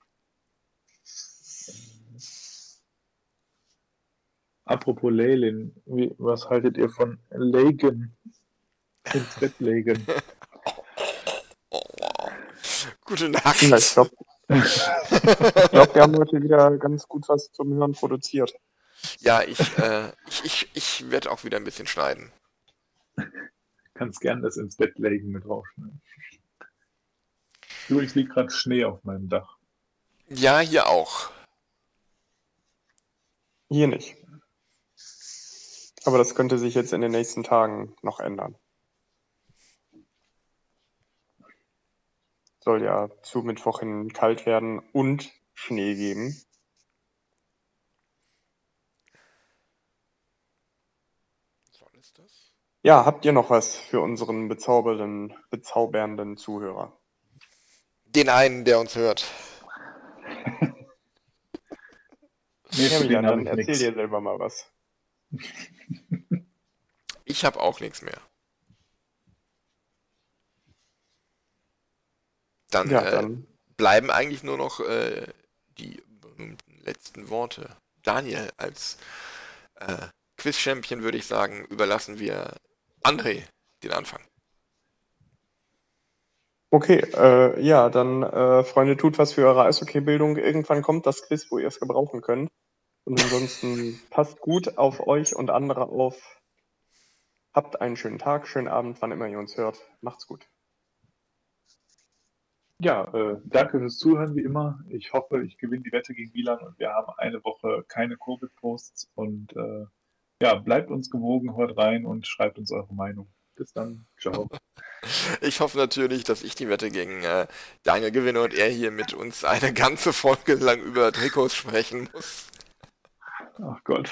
Apropos Leylin, wie, was haltet ihr von Lagan ins Bett legen? oh, gute Ja, ich Nacht. glaube, ich glaub, wir haben heute wieder ganz gut was zum Hören produziert. Ja, ich, äh, ich, ich, ich werde auch wieder ein bisschen schneiden. Kannst gern das ins Bett legen mit rausschneiden. Übrigens liegt gerade Schnee auf meinem Dach. Ja, hier auch. Hier nicht. Aber das könnte sich jetzt in den nächsten Tagen noch ändern. Soll ja zu Mittwoch hin kalt werden und Schnee geben. Soll es das? Ja, habt ihr noch was für unseren bezaubernden, bezaubernden Zuhörer? Den einen, der uns hört. Nee, Ja, für Milan, den habe dann ich erzähl nichts. dir selber mal was. Ich habe auch nichts mehr. Dann, Ja, äh, dann bleiben eigentlich nur noch äh, die berühmten letzten Worte. Daniel, als äh, Quiz-Champion würde ich sagen, überlassen wir André den Anfang. Okay, äh, ja, dann, äh, Freunde, tut was für eure Eishockey-Bildung. Irgendwann kommt das Quiz, wo ihr es gebrauchen könnt. Und ansonsten passt gut auf euch und andere auf. Habt einen schönen Tag, schönen Abend, wann immer ihr uns hört. Macht's gut. Ja, äh, danke fürs Zuhören, wie immer. Ich hoffe, ich gewinne die Wette gegen Milan und wir haben eine Woche keine Covid-Posts. Und äh, ja, bleibt uns gewogen, hört rein und schreibt uns eure Meinung. Bis dann. Ciao. Ich hoffe natürlich, dass ich die Wette gegen äh, Daniel gewinne und er hier mit uns eine ganze Folge lang über Trikots sprechen muss. Ach Gott.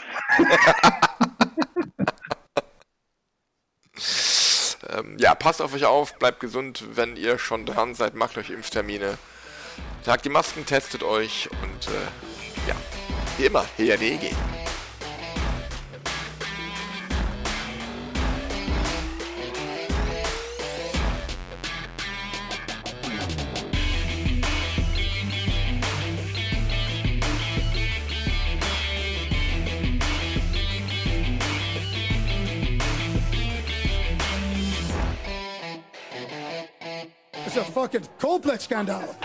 ähm, ja, passt auf euch auf, bleibt gesund, wenn ihr schon dran seid, macht euch Impftermine, tragt die Masken, testet euch und äh, ja, wie immer, H R D G. It's a fucking Complex-Skandal. Why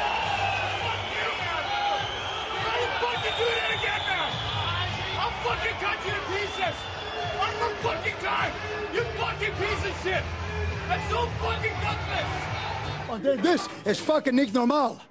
you fucking do that again now? I'll fucking cut you to pieces. One more fucking time. You fucking piece of shit. That's so fucking gutless. Und this is fucking nicht normal.